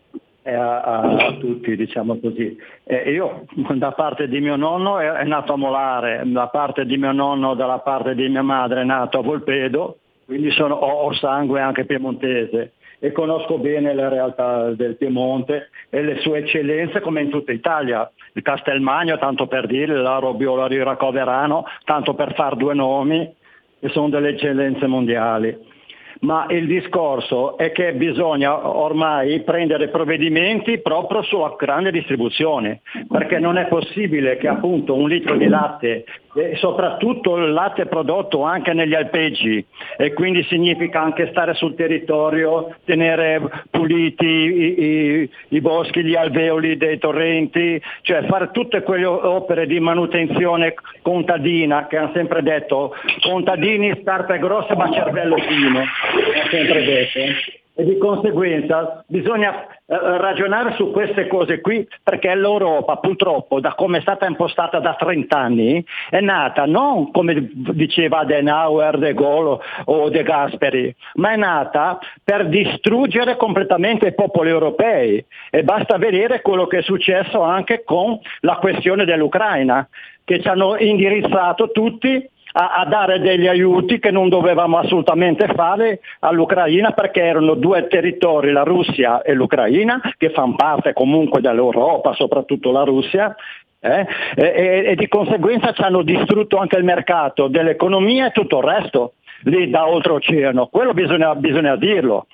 a tutti, diciamo così. Io da parte di mio nonno è nato a Molare, da parte di mio nonno, dalla parte di mia madre è nato a Volpedo, quindi ho sangue anche piemontese e conosco bene le realtà del Piemonte e le sue eccellenze, come in tutta Italia. Il Castelmagno, tanto per dire, la Robbiola di Racoverano, tanto per far 2 nomi, che sono delle eccellenze mondiali. Ma il discorso è che bisogna ormai prendere provvedimenti proprio sulla grande distribuzione, perché non è possibile che appunto un litro di latte, e soprattutto il latte prodotto anche negli alpeggi, e quindi significa anche stare sul territorio, tenere puliti i boschi, gli alveoli dei torrenti, cioè fare tutte quelle opere di manutenzione contadina che hanno sempre detto: contadini, scarpe grosse ma cervello fino, ho sempre detto. E di conseguenza bisogna ragionare su queste cose qui, perché l'Europa purtroppo, da come è stata impostata da 30 anni, è nata non come diceva Adenauer, De Gaulle o De Gasperi, ma è nata per distruggere completamente i popoli europei, e basta vedere quello che è successo anche con la questione dell'Ucraina, che ci hanno indirizzato tutti a dare degli aiuti che non dovevamo assolutamente fare all'Ucraina, perché erano 2 territori, la Russia e l'Ucraina, che fanno parte comunque dell'Europa, soprattutto la Russia, e di conseguenza ci hanno distrutto anche il mercato dell'economia e tutto il resto lì da oltreoceano. Quello bisogna dirlo.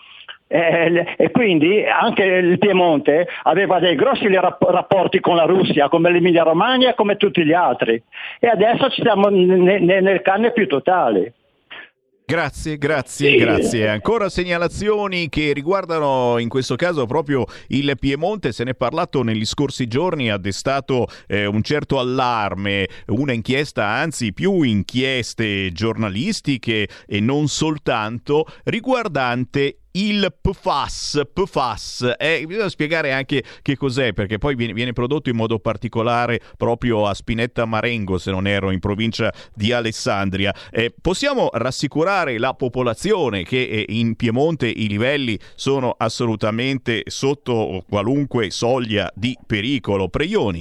E quindi anche il Piemonte aveva dei grossi rapporti con la Russia, come l'Emilia Romagna e come tutti gli altri, e adesso ci siamo nel canne più totale. Grazie. Ancora segnalazioni che riguardano in questo caso proprio il Piemonte. Se ne è parlato negli scorsi giorni, ha destato un certo allarme, una inchiesta, anzi più inchieste giornalistiche e non soltanto, riguardante il PFAS. Bisogna spiegare anche che cos'è, perché poi viene prodotto in modo particolare proprio a Spinetta Marengo, se non erro, in provincia di Alessandria. Possiamo rassicurare la popolazione che in Piemonte i livelli sono assolutamente sotto qualunque soglia di pericolo. Preioni.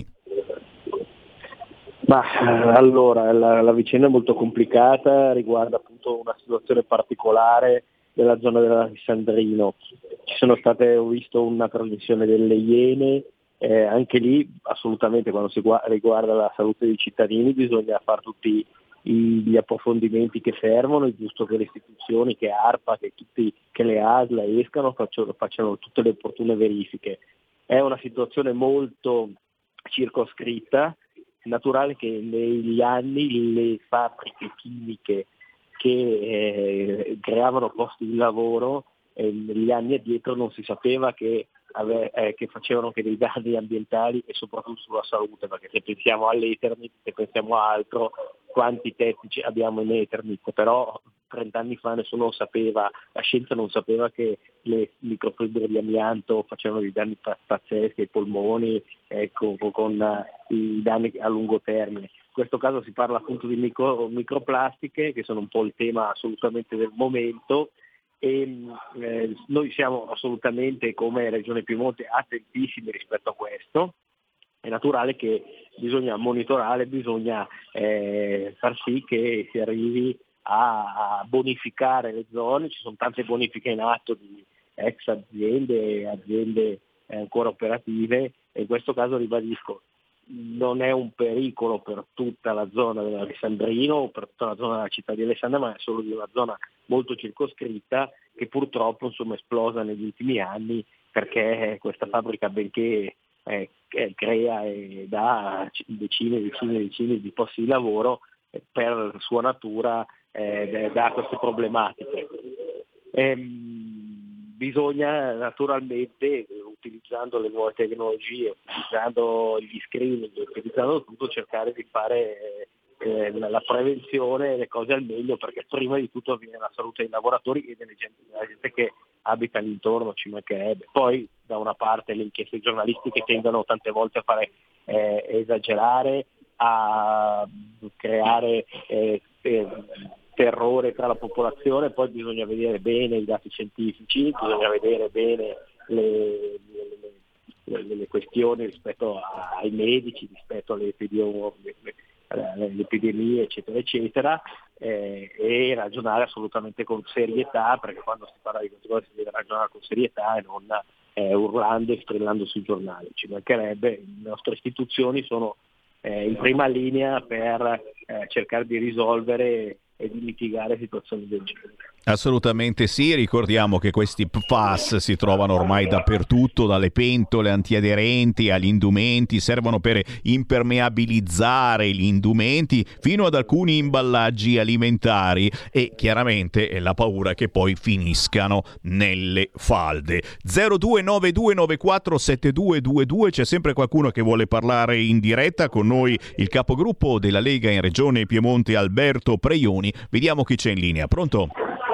Allora, la vicenda è molto complicata, riguarda appunto una situazione particolare della zona dell'Alessandrino. Ci sono state, ho visto una trasmissione delle Iene, anche lì assolutamente quando si riguarda la salute dei cittadini bisogna fare tutti gli approfondimenti che servono, è giusto che le istituzioni, che ARPA, che le ASL escano, facciano tutte le opportune verifiche. È una situazione molto circoscritta, è naturale che negli anni le fabbriche chimiche che creavano posti di lavoro negli anni addietro non si sapeva che facevano anche dei danni ambientali e soprattutto sulla salute, perché se pensiamo all'Eternit, se pensiamo a altro, quanti tecnici abbiamo in Eternit, però 30 anni fa nessuno lo sapeva, la scienza non sapeva che le microfibre di amianto facevano dei danni pazzeschi ai polmoni, con i danni a lungo termine. In questo caso si parla appunto di microplastiche, che sono un po' il tema assolutamente del momento, e noi siamo assolutamente come Regione Piemonte attentissimi rispetto a questo. È naturale che bisogna monitorare, bisogna far sì che si arrivi a bonificare le zone. Ci sono tante bonifiche in atto di ex aziende ancora operative, e in questo caso ribadisco, non è un pericolo per tutta la zona dell'Alessandrino o per tutta la zona della città di Alessandria, ma è solo di una zona molto circoscritta che purtroppo è esplosa negli ultimi anni, perché questa fabbrica, benché crea e dà decine di posti di lavoro, per sua natura dà queste problematiche. Bisogna naturalmente, utilizzando le nuove tecnologie, utilizzando gli screening, utilizzando tutto, cercare di fare la prevenzione, le cose al meglio, perché prima di tutto avviene la salute dei lavoratori e della gente che abita intorno, ci mancherebbe. Poi da una parte le inchieste giornalistiche tendono tante volte a fare esagerare, a creare terrore tra la popolazione, poi bisogna vedere bene i dati scientifici, bisogna vedere bene le questioni rispetto ai medici, rispetto alle epidemie, eccetera, eccetera, e ragionare assolutamente con serietà, perché quando si parla di queste cose si deve ragionare con serietà e non urlando e strillando sui giornali. Ci mancherebbe, le nostre istituzioni sono in prima linea per cercare di risolvere e di mitigare situazioni del genere. Assolutamente sì, ricordiamo che questi PFAS si trovano ormai dappertutto, dalle pentole antiaderenti agli indumenti, servono per impermeabilizzare gli indumenti fino ad alcuni imballaggi alimentari, e chiaramente è la paura che poi finiscano nelle falde. 0292947222, c'è sempre qualcuno che vuole parlare in diretta con noi, il capogruppo della Lega in Regione Piemonte Alberto Preioni. Vediamo chi c'è in linea. Pronto?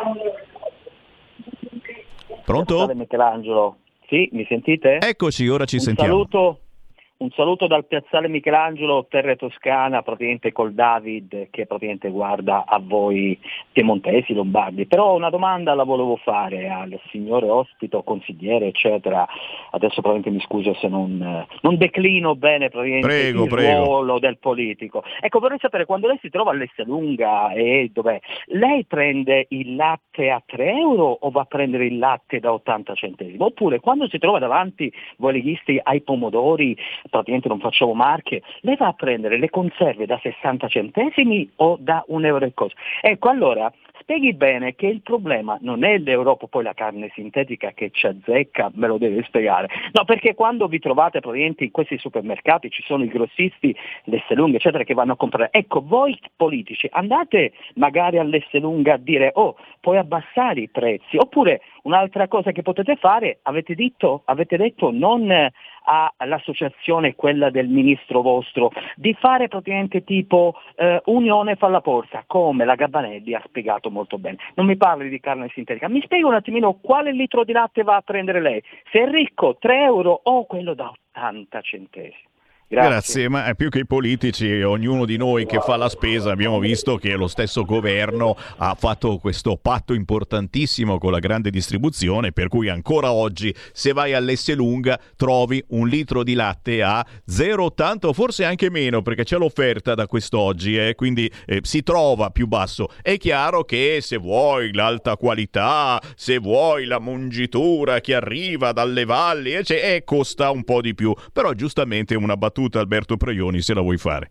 Pronto? Michelangelo. Sì, mi sentite? Eccoci, ora ci sentiamo. Un saluto dal piazzale Michelangelo, Terre Toscana, praticamente col David, che praticamente guarda a voi piemontesi, lombardi. Però una domanda la volevo fare al signore ospite, consigliere, eccetera. Adesso praticamente mi scuso se non declino bene praticamente il ruolo del politico. Ecco, vorrei sapere, quando lei si trova all'Esselunga e dov'è, lei prende il latte a 3 euro o va a prendere il latte da 80 centesimi? Oppure quando si trova davanti voi leghisti ai pomodori, praticamente non facciamo marche, lei va a prendere le conserve da 60 centesimi o da 1 euro e cosa? Ecco, allora spieghi bene che il problema non è l'Europa, poi la carne sintetica che ci azzecca, me lo deve spiegare. No, perché quando vi trovate praticamente in questi supermercati ci sono i grossisti, l'Esselunga eccetera, che vanno a comprare. Ecco, voi politici andate magari all'Esselunga a dire puoi abbassare i prezzi, oppure un'altra cosa che potete fare, avete detto non all'associazione, quella del ministro vostro, di fare praticamente tipo unione fa la forza, come la Gabanelli ha spiegato molto bene. Non mi parli di carne sintetica, mi spiega un attimino quale litro di latte va a prendere lei, se è ricco 3 euro o quello da 80 centesimi. Grazie, ma più che i politici, ognuno di noi che fa la spesa, abbiamo visto che lo stesso governo ha fatto questo patto importantissimo con la grande distribuzione, per cui ancora oggi se vai all'Esselunga trovi un litro di latte a 0,80 o forse anche meno, perché c'è l'offerta da quest'oggi, quindi si trova più basso. È chiaro che se vuoi l'alta qualità, se vuoi la mungitura che arriva dalle valli, costa un po' di più, però giustamente una battuta, Alberto Praioni, se la vuoi fare.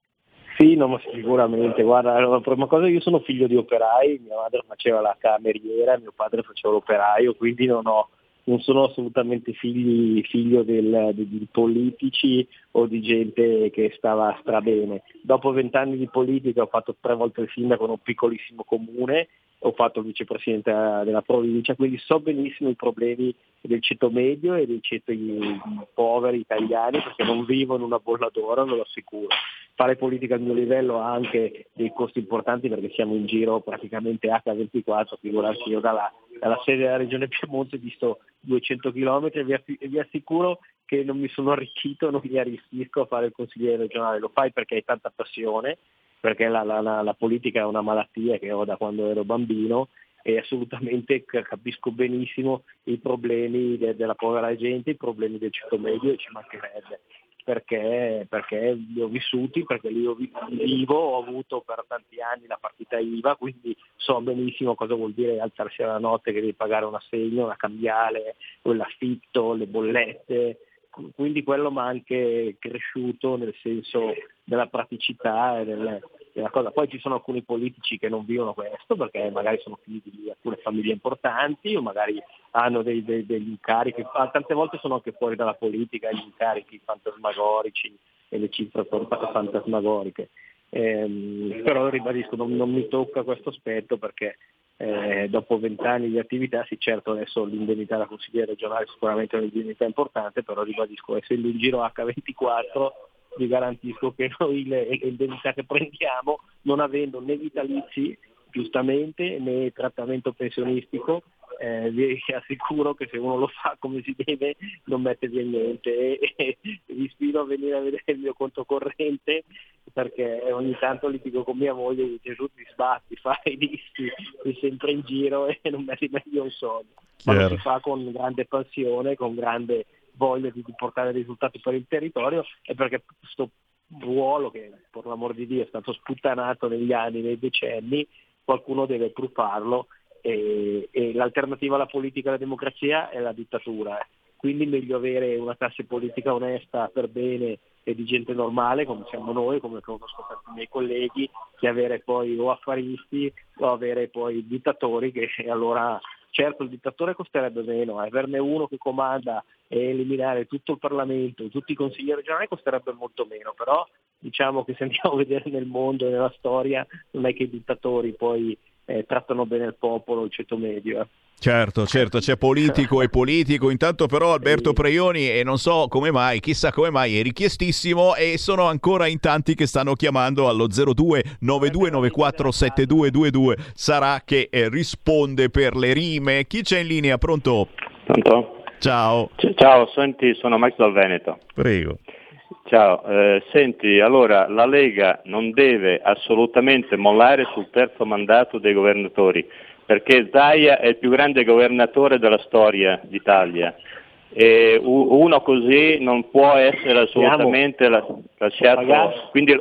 Sì, no, ma sicuramente. Guarda, la prima cosa, io sono figlio di operai, mia madre faceva la cameriera, mio padre faceva l'operaio, quindi non sono assolutamente figlio di politici o di gente che stava strabene. Dopo 20 anni di politica ho fatto 3 volte il sindaco in un piccolissimo comune, ho fatto il vicepresidente della provincia, quindi so benissimo i problemi del ceto medio e dei ceti poveri italiani, perché non vivo in una bolla d'oro, ve lo assicuro. Fare politica al mio livello ha anche dei costi importanti, perché siamo in giro praticamente H24, figurarsi io dalla sede della regione Piemonte disto 200 km e vi assicuro che non mi sono arricchito, non mi arristisco a fare il consigliere regionale. Lo fai perché hai tanta passione, perché la politica è una malattia che ho da quando ero bambino, e assolutamente capisco benissimo i problemi della povera gente, i problemi del ceto medio, e ci mancherebbe, perché li ho vissuti, perché li vivo, ho avuto per tanti anni la partita IVA, quindi so benissimo cosa vuol dire alzarsi alla notte che devi pagare un assegno, una cambiale, l'affitto, le bollette. Quindi quello mi ha anche cresciuto nel senso della praticità e della cosa. Poi ci sono alcuni politici che non vivono questo, perché magari sono figli di alcune famiglie importanti o magari hanno degli incarichi, tante volte sono anche fuori dalla politica, gli incarichi fantasmagorici e le cifre fantasmagoriche. Però ribadisco, non mi tocca questo aspetto, perché dopo 20 anni di attività, sì, certo adesso l'indennità da consigliere regionale sicuramente è un'indennità importante, però ribadisco, essendo in giro H24 vi garantisco che noi le indennità che prendiamo, non avendo né vitalizi giustamente né trattamento pensionistico, vi assicuro che se uno lo fa come si deve non mette via niente, e vi sfido a venire a vedere il mio conto corrente, perché ogni tanto litigo con mia moglie e dice Gesù ti sbatti, fai i dischi, sei sempre in giro e non metti meglio un soldo. Ma lo si fa con grande passione, con grande voglia di portare risultati per il territorio, e perché questo ruolo, che per l'amor di Dio è stato sputtanato negli anni, nei decenni, qualcuno deve pur farlo, e l'alternativa alla politica e alla democrazia è la dittatura. Quindi meglio avere una classe politica onesta, per bene e di gente normale come siamo noi, come conosco tanti miei colleghi, che avere poi o affaristi o avere poi dittatori, che allora certo il dittatore costerebbe meno, averne uno che comanda e eliminare tutto il Parlamento, tutti i consiglieri regionali costerebbe molto meno, però diciamo che se andiamo a vedere nel mondo e nella storia non è che i dittatori poi trattano bene il popolo, il ceto medio. Certo, c'è politico e politico. Intanto però Alberto Praioni, e non so come mai, chissà come mai, è richiestissimo e sono ancora in tanti che stanno chiamando allo 02 9294 7222. Sarà che risponde per le rime. Chi c'è in linea? Pronto? Pronto? Ciao. Ciao, senti, sono Max dal Veneto. Prego. Ciao, senti, allora la Lega non deve assolutamente mollare sul terzo mandato dei governatori, perché Zaia è il più grande governatore della storia d'Italia, e uno così non può essere assolutamente lasciato, quindi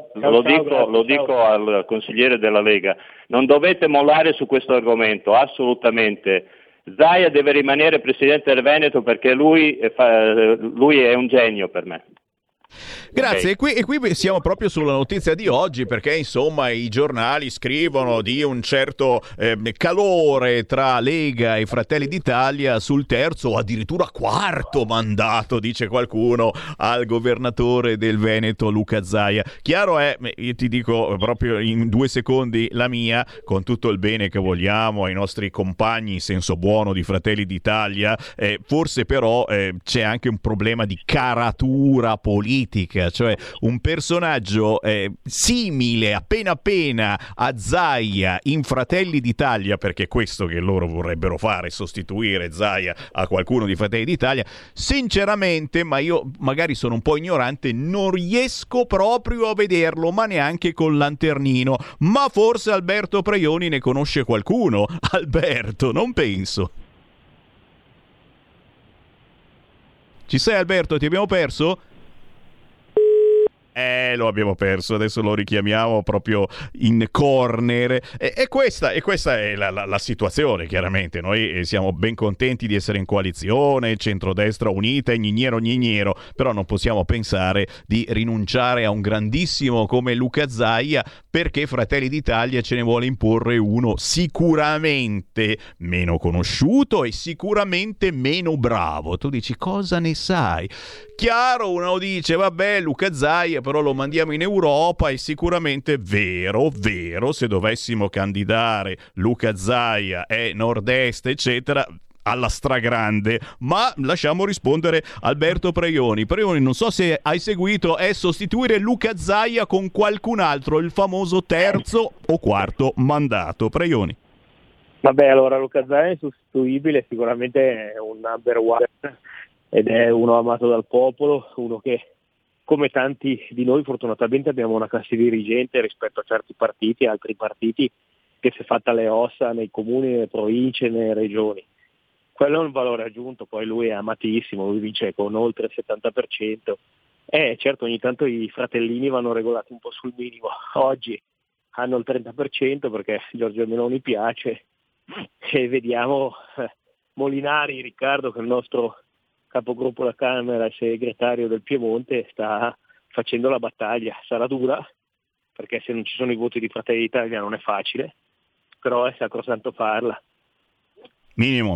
lo dico al consigliere della Lega, non dovete mollare su questo argomento, assolutamente. Zaia deve rimanere presidente del Veneto, perché lui è un genio per me. Grazie, e qui siamo proprio sulla notizia di oggi, perché insomma i giornali scrivono di un certo calore tra Lega e Fratelli d'Italia sul terzo o addirittura quarto mandato, dice qualcuno, al governatore del Veneto Luca Zaia. Chiaro è, io ti dico proprio in 2 secondi la mia, con tutto il bene che vogliamo ai nostri compagni in senso buono di Fratelli d'Italia, forse però c'è anche un problema di caratura politica, cioè un personaggio simile appena a Zaia in Fratelli d'Italia, perché è questo che loro vorrebbero fare, sostituire Zaia a qualcuno di Fratelli d'Italia. Sinceramente, ma io magari sono un po' ignorante, non riesco proprio a vederlo, ma neanche col lanternino. Ma forse Alberto Preioni ne conosce qualcuno. Alberto, non penso. Ci sei, Alberto? Ti abbiamo perso? Lo abbiamo perso, adesso lo richiamiamo proprio in corner. E questa è la situazione, chiaramente. Noi siamo ben contenti di essere in coalizione, centrodestra unita e gnigniero, però non possiamo pensare di rinunciare a un grandissimo come Luca Zaia, perché Fratelli d'Italia ce ne vuole imporre uno sicuramente meno conosciuto e sicuramente meno bravo. Tu dici, cosa ne sai? Chiaro, uno dice, vabbè, Luca Zaia, però lo mandiamo in Europa, è sicuramente vero, se dovessimo candidare Luca Zaia e Nord-Est, eccetera, alla stragrande. Ma lasciamo rispondere Alberto Preioni. Preioni, non so se hai seguito, è sostituire Luca Zaia con qualcun altro, il famoso terzo o quarto mandato. Preioni. Vabbè, allora Luca Zaia è insostituibile, sicuramente è un number one ed è uno amato dal popolo, uno che, come tanti di noi, fortunatamente abbiamo una classe dirigente rispetto a certi partiti e altri partiti che si è fatta le ossa nei comuni, nelle province, nelle regioni. Quello è un valore aggiunto, poi lui è amatissimo, lui vince con oltre il 70%. Certo, ogni tanto i fratellini vanno regolati un po' sul minimo. Oggi hanno il 30% perché Giorgia Meloni piace, e vediamo Molinari, Riccardo, che è il nostro capogruppo alla Camera e segretario del Piemonte, sta facendo la battaglia. Sarà dura, perché se non ci sono i voti di Fratelli d'Italia non è facile, però è sacrosanto farla. Minimo.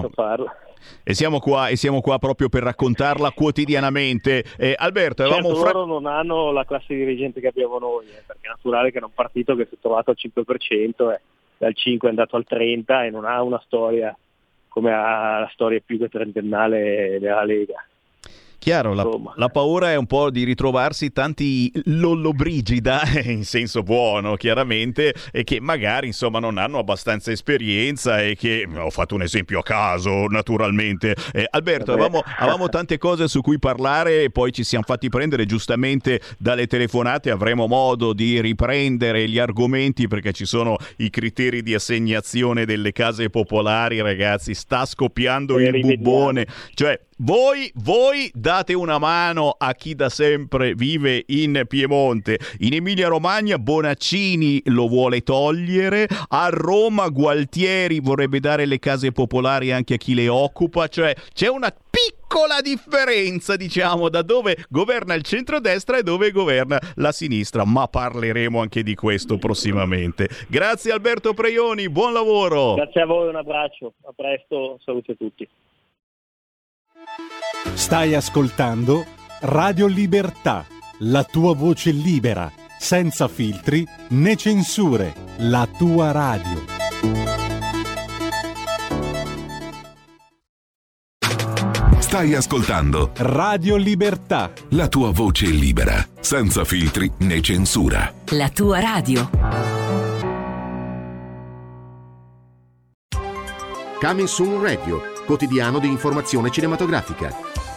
E siamo qua proprio per raccontarla quotidianamente. Alberto, loro non hanno la classe dirigente che abbiamo noi, perché è naturale che è un partito che si è trovato al 5%, dal 5 è andato al 30% e non ha una storia come ha la storia più che trentennale della Lega. Chiaro, la paura è un po' di ritrovarsi tanti Lollobrigida, in senso buono chiaramente, e che magari insomma non hanno abbastanza esperienza e che, ho fatto un esempio a caso naturalmente. Alberto, avevamo tante cose su cui parlare e poi ci siamo fatti prendere giustamente dalle telefonate. Avremo modo di riprendere gli argomenti perché ci sono i criteri di assegnazione delle case popolari, ragazzi, sta scoppiando il bubbone, cioè voi date una mano a chi da sempre vive in Piemonte. In Emilia Romagna Bonaccini lo vuole togliere, a Roma Gualtieri vorrebbe dare le case popolari anche a chi le occupa, cioè c'è una piccola differenza, diciamo, da dove governa il centrodestra e dove governa la sinistra, ma parleremo anche di questo prossimamente. Grazie Alberto Preioni, buon lavoro. Grazie a voi, un abbraccio, a presto, salute a tutti. Stai ascoltando Radio Libertà, la tua voce libera, senza filtri né censure, la tua radio. Stai ascoltando Radio Libertà, la tua voce libera, senza filtri né censura. La tua radio. Coming Soon Radio, quotidiano di informazione cinematografica.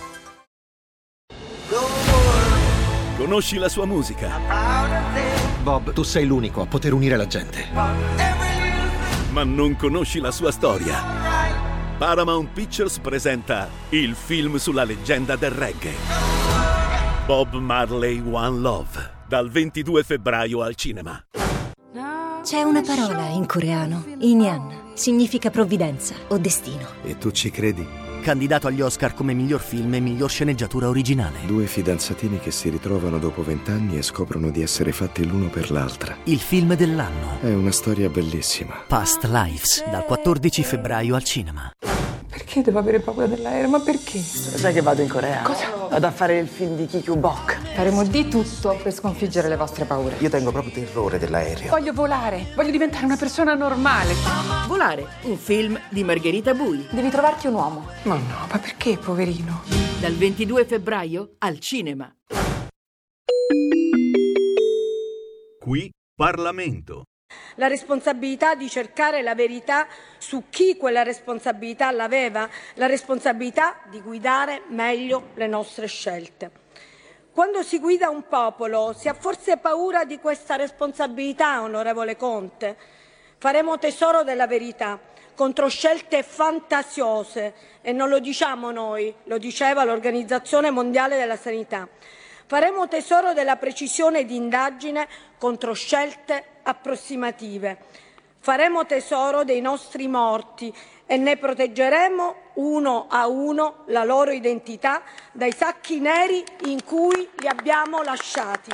Conosci la sua musica? Bob, tu sei l'unico a poter unire la gente. Ma non conosci la sua storia. Paramount Pictures presenta il film sulla leggenda del reggae. Bob Marley One Love, dal 22 febbraio al cinema. C'è una parola in coreano, Inyan, significa provvidenza o destino. E tu ci credi? candidato agli Oscar come miglior film e miglior sceneggiatura originale. 2 fidanzatini che si ritrovano dopo 20 anni e scoprono di essere fatti l'uno per l'altra. Il film dell'anno. È una storia bellissima. Past Lives, dal 14 febbraio al cinema. Perché devo avere paura dell'aereo? Ma perché? Sai che vado in Corea? Cosa? Vado a fare il film di Ki Kyu-bok. Faremo di tutto per sconfiggere le vostre paure. Io tengo proprio terrore dell'aereo. Voglio volare, voglio diventare una persona normale. Volare, un film di Margherita Bui. Devi trovarti un uomo. Ma no, ma perché, poverino? Dal 22 febbraio al cinema. Qui Parlamento. La responsabilità di cercare la verità su chi quella responsabilità l'aveva, la responsabilità di guidare meglio le nostre scelte. Quando si guida un popolo si ha forse paura di questa responsabilità, onorevole Conte? Faremo tesoro della verità contro scelte fantasiose e non lo diciamo noi, lo diceva l'Organizzazione Mondiale della Sanità. Faremo tesoro della precisione di indagine contro scelte approssimative. Faremo tesoro dei nostri morti e ne proteggeremo uno a uno la loro identità dai sacchi neri in cui li abbiamo lasciati.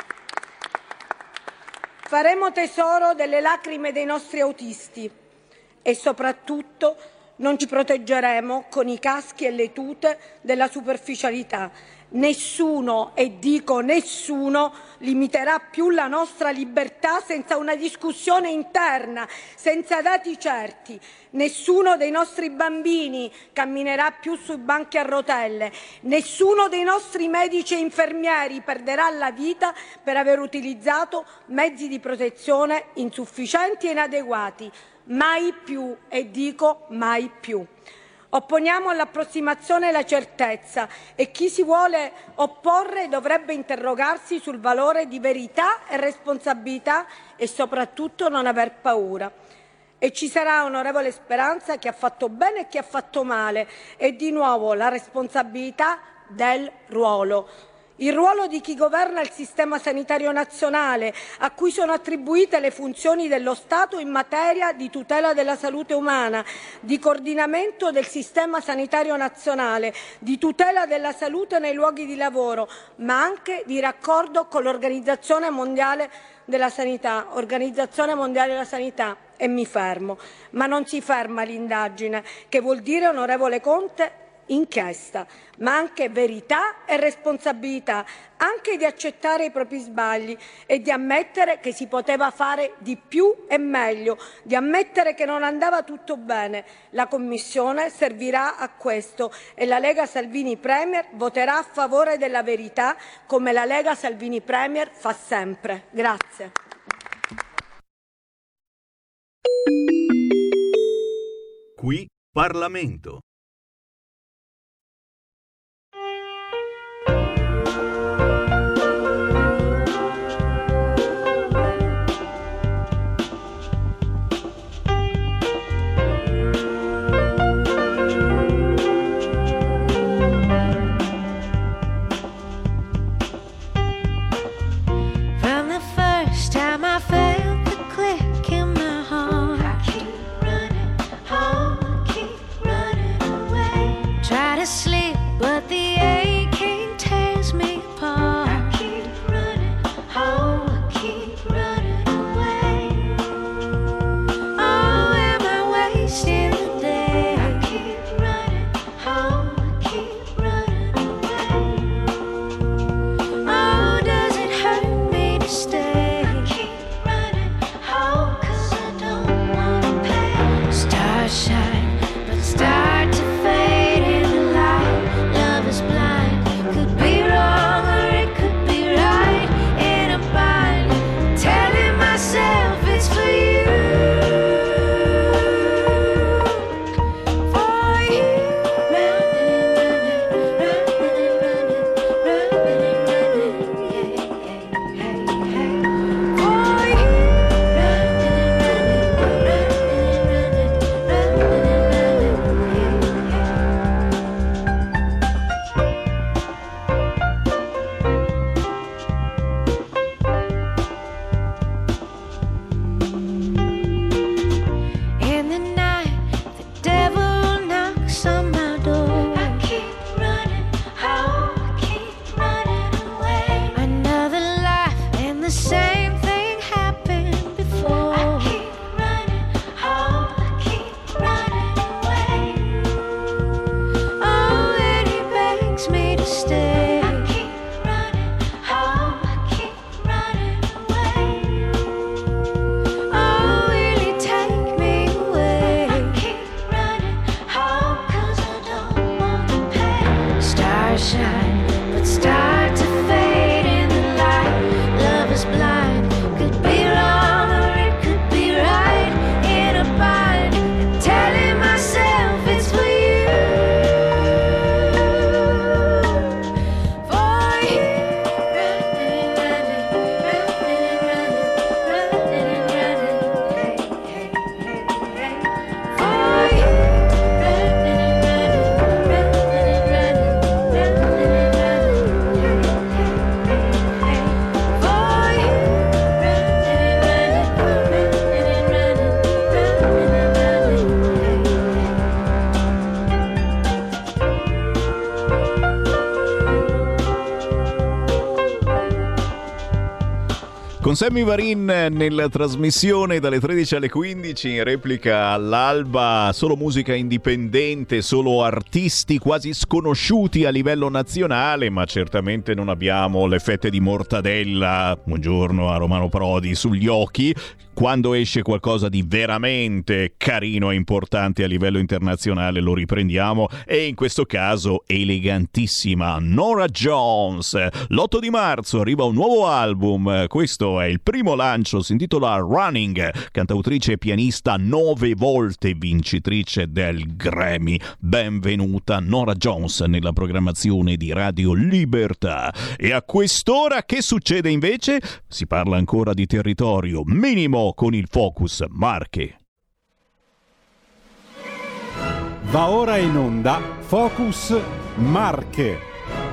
Faremo tesoro delle lacrime dei nostri autisti e soprattutto non ci proteggeremo con i caschi e le tute della superficialità. Nessuno, e dico nessuno, limiterà più la nostra libertà senza una discussione interna, senza dati certi. Nessuno dei nostri bambini camminerà più sui banchi a rotelle. Nessuno dei nostri medici e infermieri perderà la vita per aver utilizzato mezzi di protezione insufficienti e inadeguati. Mai più, e dico mai più. Opponiamo all'approssimazione la certezza e chi si vuole opporre dovrebbe interrogarsi sul valore di verità e responsabilità e soprattutto non aver paura. E ci sarà, onorevole Speranza, chi ha fatto bene e chi ha fatto male e di nuovo la responsabilità del ruolo. Il ruolo di chi governa il sistema sanitario nazionale, a cui sono attribuite le funzioni dello Stato in materia di tutela della salute umana, di coordinamento del sistema sanitario nazionale, di tutela della salute nei luoghi di lavoro, ma anche di raccordo con l'Organizzazione Mondiale della Sanità. Organizzazione Mondiale della Sanità, e mi fermo. Ma non si ferma l'indagine, che vuol dire, onorevole Conte, inchiesta, ma anche verità e responsabilità, anche di accettare i propri sbagli e di ammettere che si poteva fare di più e meglio, di ammettere che non andava tutto bene. La Commissione servirà a questo e la Lega Salvini Premier voterà a favore della verità, come la Lega Salvini Premier fa sempre. Grazie. Qui Parlamento. Con Sammy Varin nella trasmissione dalle 13 alle 15, in replica all'alba solo musica indipendente, solo artisti quasi sconosciuti a livello nazionale, ma certamente non abbiamo le fette di mortadella, buongiorno a Romano Prodi, sugli occhi quando esce qualcosa di veramente carino e importante a livello internazionale. Lo riprendiamo, e in questo caso elegantissima Norah Jones. L'8 di marzo arriva un nuovo album, questo è il primo lancio, si intitola Running, cantautrice e pianista 9 volte vincitrice del Grammy. Benvenuta Norah Jones nella programmazione di Radio Libertà. E a quest'ora che succede invece? Si parla ancora di territorio minimo con il Focus Marche. Va ora in onda Focus Marche.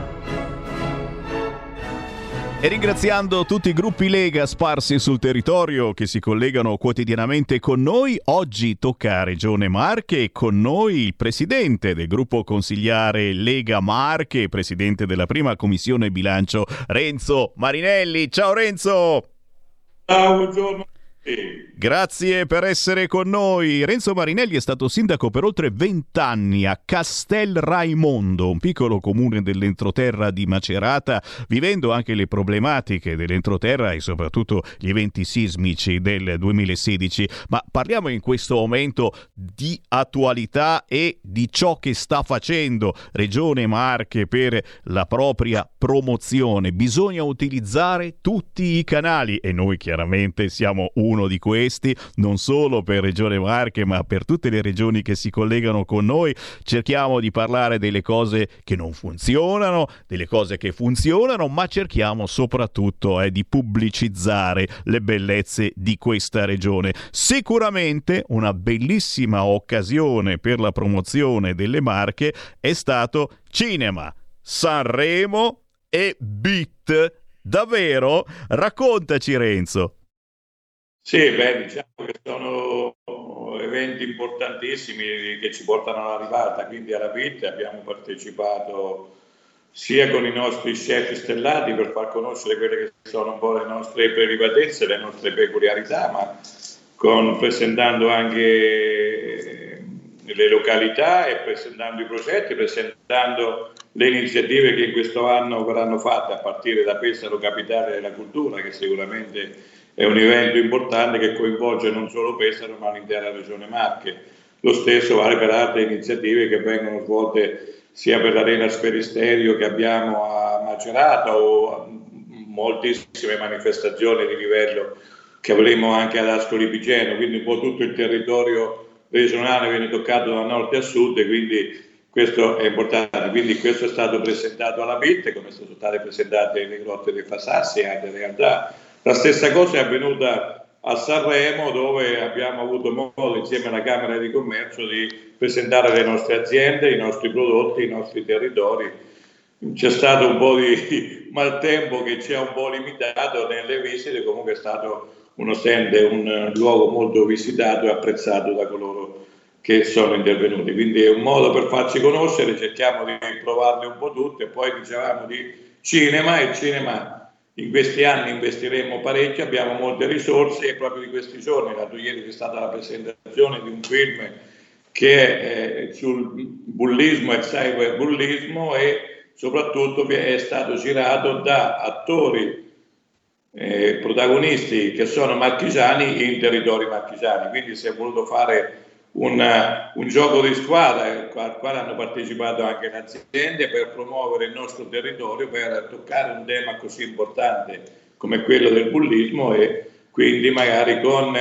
E ringraziando tutti i gruppi Lega sparsi sul territorio che si collegano quotidianamente con noi, oggi tocca a Regione Marche e con noi il presidente del gruppo consigliare Lega Marche, presidente della prima commissione bilancio, Renzo Marinelli. Ciao Renzo! Ciao, buongiorno. Grazie per essere con noi. Renzo Marinelli è stato sindaco per oltre 20 anni a Castel Raimondo, un piccolo comune dell'entroterra di Macerata, vivendo anche le problematiche dell'entroterra e soprattutto gli eventi sismici del 2016. Ma parliamo in questo momento di attualità e di ciò che sta facendo Regione Marche per la propria promozione. Bisogna utilizzare tutti i canali e noi chiaramente siamo uno di questi, non solo per Regione Marche ma per tutte le regioni che si collegano con noi. Cerchiamo di parlare delle cose che non funzionano, delle cose che funzionano, ma cerchiamo soprattutto di pubblicizzare le bellezze di questa regione. Sicuramente una bellissima occasione per la promozione delle Marche è stato cinema, Sanremo e Beat. Davvero? Raccontaci Renzo. Sì, diciamo che sono eventi importantissimi che ci portano all'arrivata, quindi alla Beat abbiamo partecipato sia con i nostri chef stellati per far conoscere quelle che sono un po' le nostre prelibatezze, le nostre peculiarità, ma presentando anche le località e presentando i progetti, presentando le iniziative che in questo anno verranno fatte a partire da Pesaro, capitale della cultura, che sicuramente è un evento importante che coinvolge non solo Pesaro ma l'intera regione Marche. Lo stesso vale per altre iniziative che vengono svolte sia per l'Arena Sferisterio che abbiamo a Macerata o moltissime manifestazioni di livello che avremo anche ad Ascoli Piceno, quindi un po' tutto il territorio regionale viene toccato da nord a sud e quindi questo è importante. Quindi questo è stato presentato alla BIT, come sono state presentate le grotte dei Fasassi e altre realtà. La stessa cosa è avvenuta a Sanremo, dove abbiamo avuto modo insieme alla Camera di Commercio di presentare le nostre aziende, i nostri prodotti, i nostri territori. C'è stato un po' di maltempo che ci ha un po' limitato nelle visite, comunque è stato uno stand, un luogo molto visitato e apprezzato da coloro che sono intervenuti. Quindi è un modo per farci conoscere, cerchiamo di provarle un po' tutte. Poi dicevamo di cinema, e il cinema in questi anni investiremo parecchio, abbiamo molte risorse e proprio di questi giorni, l'altro ieri c'è stata la presentazione di un film che è sul bullismo e cyberbullismo e soprattutto è stato girato da attori protagonisti che sono marchigiani in territori marchigiani, quindi si è voluto fare un gioco di squadra al quale hanno partecipato anche le aziende per promuovere il nostro territorio, per toccare un tema così importante come quello del bullismo e quindi magari con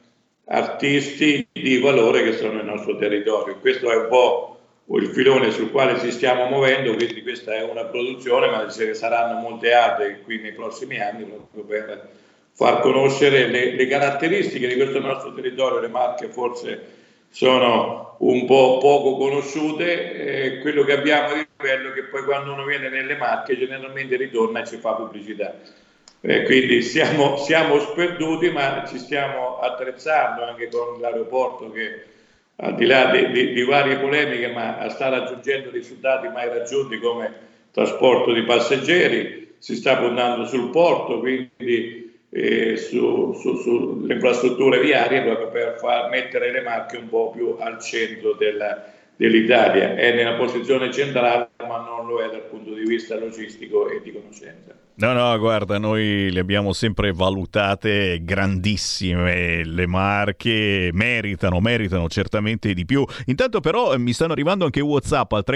artisti di valore che sono nel nostro territorio. Questo è un po' il filone sul quale ci stiamo muovendo, quindi questa è una produzione, ma ce ne saranno molte altre qui nei prossimi anni proprio per far conoscere le caratteristiche di questo nostro territorio. Le Marche forse sono un po' poco conosciute, quello che abbiamo di bello è che poi quando uno viene nelle Marche generalmente ritorna e ci fa pubblicità. Quindi siamo sperduti, ma ci stiamo attrezzando anche con l'aeroporto che al di là di varie polemiche ma sta raggiungendo risultati mai raggiunti come trasporto di passeggeri, si sta puntando sul porto, quindi sulle infrastrutture viarie, proprio per far mettere le Marche un po' più al centro dell'Italia. È nella posizione centrale, ma non lo è dal punto di vista logistico e di conoscenza. No, guarda, noi le abbiamo sempre valutate grandissime, le Marche meritano certamente di più. Intanto però mi stanno arrivando anche WhatsApp al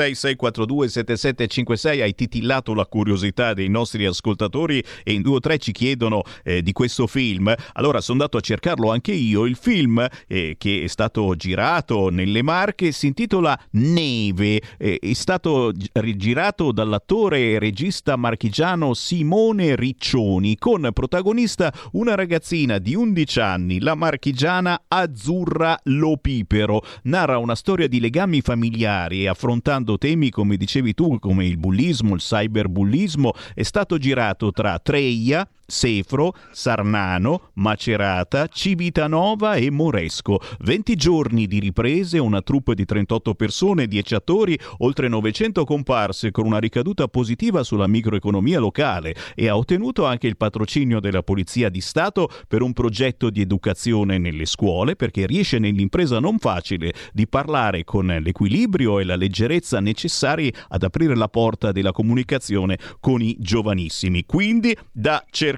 346-642-7756, hai titillato la curiosità dei nostri ascoltatori e in 2 o 3 ci chiedono di questo film. Allora sono andato a cercarlo anche io, il film che è stato girato nelle Marche si intitola Neve, è stato girato dall'attore e regista marchigiano Simone Riccioni, con protagonista una ragazzina di 11 anni, la marchigiana Azzurra Lopipero. Narra una storia di legami familiari e affrontando temi, come dicevi tu, come il bullismo, il cyberbullismo. È stato girato tra Treia, Sefro, Sarnano, Macerata, Civitanova e Moresco. 20 giorni di riprese, una troupe di 38 persone, 10 attori, oltre 900 comparse, con una ricaduta positiva sulla microeconomia locale, e ha ottenuto anche il patrocinio della Polizia di Stato per un progetto di educazione nelle scuole, perché riesce nell'impresa non facile di parlare con l'equilibrio e la leggerezza necessari ad aprire la porta della comunicazione con i giovanissimi. Quindi da cercare,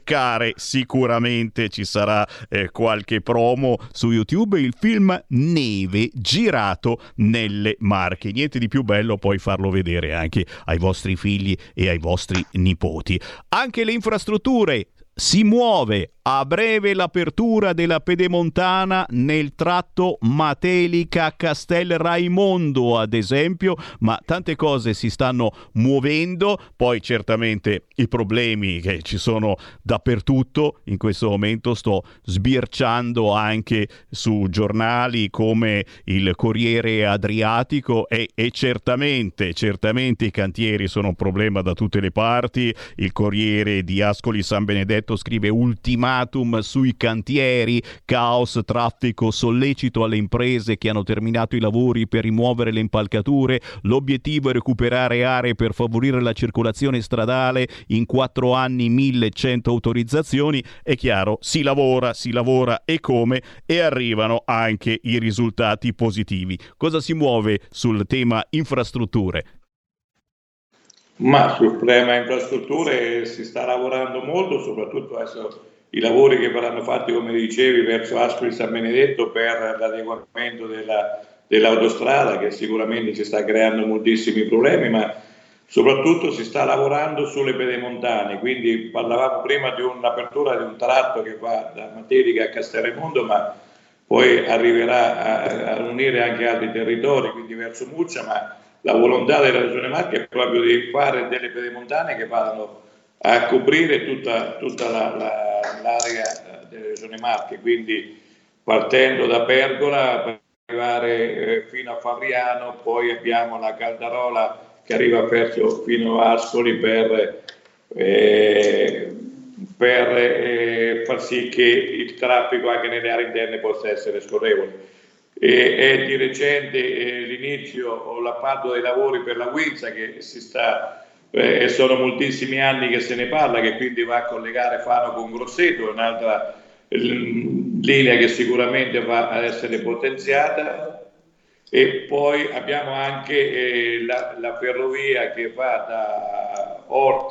sicuramente ci sarà qualche promo su YouTube, il film Neve, girato nelle Marche. Niente di più bello poi farlo vedere anche ai vostri figli e ai vostri nipoti. Anche le infrastrutture. Si muove a breve l'apertura della Pedemontana nel tratto Matelica-Castel Raimondo, ad esempio, ma tante cose si stanno muovendo. Poi certamente i problemi che ci sono dappertutto. In questo momento sto sbirciando anche su giornali come il Corriere Adriatico e certamente i cantieri sono un problema da tutte le parti. Il Corriere di Ascoli San Benedetto scrive: ultimatum sui cantieri, caos, traffico, sollecito alle imprese che hanno terminato i lavori per rimuovere le impalcature. L'obiettivo è recuperare aree per favorire la circolazione stradale. In 4 anni 1100 autorizzazioni. È chiaro, si lavora e come, e arrivano anche i risultati positivi. Cosa si muove sul tema infrastrutture? Ma sul problema infrastrutture si sta lavorando molto, soprattutto adesso i lavori che verranno fatti, come dicevi, verso Ascoli San Benedetto per l'adeguamento dell'autostrada, che sicuramente ci sta creando moltissimi problemi, ma soprattutto si sta lavorando sulle pedemontane. Quindi parlavamo prima di un'apertura di un tratto che va da Matelica a Castelraimondo, ma poi arriverà a unire anche altri territori, quindi verso Murcia, ma la volontà della Regione Marche è proprio di fare delle pedemontane che vadano a coprire tutta l'area della Regione Marche, quindi partendo da Pergola per arrivare fino a Fabriano, poi abbiamo la Caldarola che arriva fino a Ascoli per far sì che il traffico anche nelle aree interne possa essere scorrevole. È di recente l'inizio o l'appalto dei lavori per la Guinza, che sono moltissimi anni che se ne parla, che quindi va a collegare Fano con Grosseto, un'altra linea che sicuramente va ad essere potenziata. E poi abbiamo anche la ferrovia che va da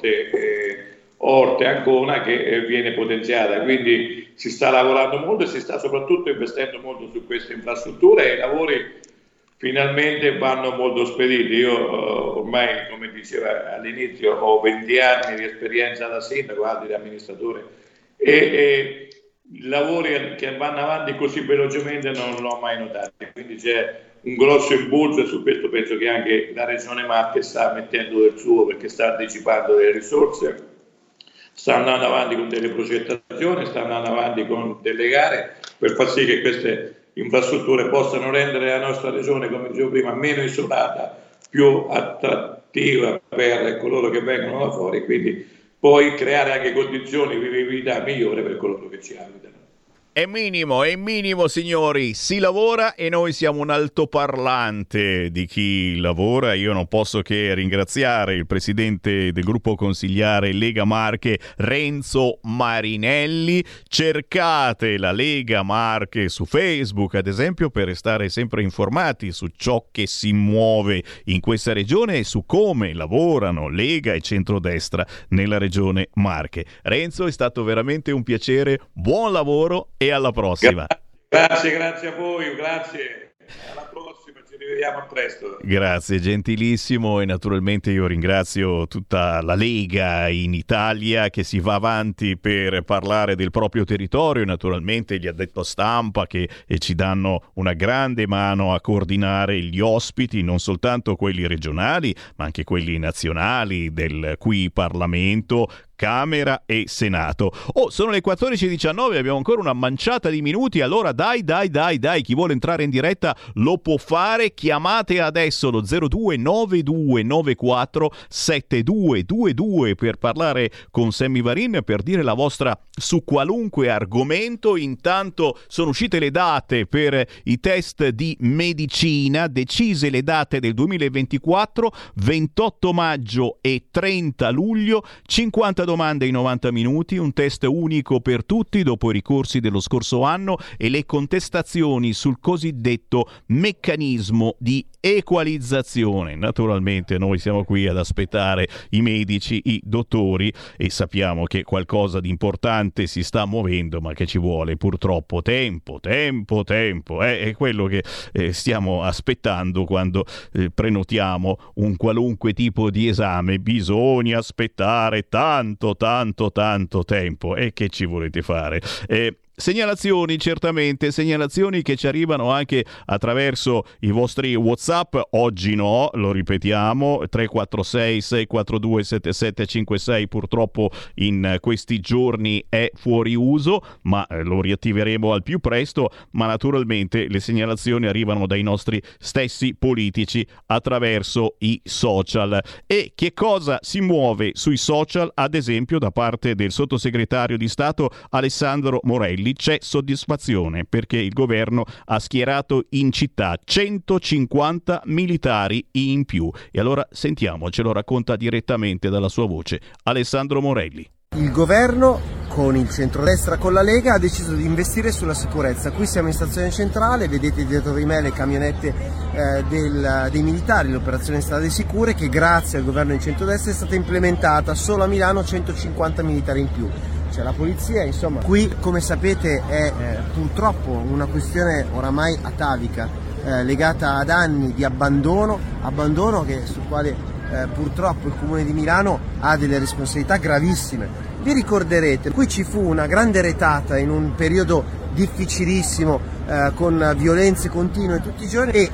Orte Ancona, che viene potenziata, quindi si sta lavorando molto e si sta soprattutto investendo molto su queste infrastrutture e i lavori finalmente vanno molto spediti. Io ormai, come diceva all'inizio, ho 20 anni di esperienza da sindaco, altri da amministratore, e lavori che vanno avanti così velocemente non l'ho mai notato, quindi c'è un grosso impulso e su questo penso che anche la Regione Marche sta mettendo del suo, perché sta anticipando delle risorse, sta andando avanti con delle progettazioni, sta andando avanti con delle gare per far sì che queste infrastrutture possano rendere la nostra regione, come dicevo prima, meno isolata, più attrattiva per coloro che vengono da fuori, quindi poi creare anche condizioni di vivibilità migliore per coloro che ci abitano. È minimo signori, si lavora e noi siamo un altoparlante di chi lavora. Io non posso che ringraziare il presidente del gruppo consigliare Lega Marche, Renzo Marinelli. Cercate la Lega Marche su Facebook, ad esempio, per restare sempre informati su ciò che si muove in questa regione e su come lavorano Lega e centrodestra nella regione Marche. Renzo, è stato veramente un piacere, buon lavoro e alla prossima. Grazie a voi, grazie. Alla prossima, ci rivediamo presto. Grazie, gentilissimo, e naturalmente io ringrazio tutta la Lega in Italia che si va avanti per parlare del proprio territorio, naturalmente gli addetto stampa che ci danno una grande mano a coordinare gli ospiti, non soltanto quelli regionali ma anche quelli nazionali del qui Parlamento, Camera e Senato. Sono le 14:19, abbiamo ancora una manciata di minuti, allora dai, chi vuole entrare in diretta lo può fare, chiamate adesso lo 0292947222 per parlare con Sammy Varin, per dire la vostra su qualunque argomento. Intanto sono uscite le date per i test di medicina, decise le date del 2024, 28 maggio e 30 luglio, 50 domande in 90 minuti, un test unico per tutti dopo i ricorsi dello scorso anno e le contestazioni sul cosiddetto meccanismo di equalizzazione. Naturalmente noi siamo qui ad aspettare i medici, i dottori, e sappiamo che qualcosa di importante si sta muovendo, ma che ci vuole purtroppo tempo. È quello che stiamo aspettando quando prenotiamo un qualunque tipo di esame. Bisogna aspettare tanto tempo, e che ci volete fare? Segnalazioni, certamente, segnalazioni che ci arrivano anche attraverso i vostri WhatsApp. Oggi no, lo ripetiamo, 346 642 7756 purtroppo in questi giorni è fuori uso, ma lo riattiveremo al più presto. Ma naturalmente le segnalazioni arrivano dai nostri stessi politici attraverso i social. E che cosa si muove sui social, ad esempio da parte del sottosegretario di Stato Alessandro Morelli? C'è soddisfazione perché il governo ha schierato in città 150 militari in più. E allora sentiamo, ce lo racconta direttamente dalla sua voce Alessandro Morelli. Il governo con il centrodestra, con la Lega, ha deciso di investire sulla sicurezza. Qui siamo in stazione centrale, vedete dietro di me le camionette dei militari, l'operazione Strade Sicure, che grazie al governo di centrodestra è stata implementata. Solo a Milano 150 militari in più. C'è la polizia, insomma. Qui, come sapete, è purtroppo una questione oramai atavica, legata ad anni di abbandono sul quale purtroppo il Comune di Milano ha delle responsabilità gravissime. Vi ricorderete, qui ci fu una grande retata in un periodo difficilissimo, con violenze continue tutti i giorni, e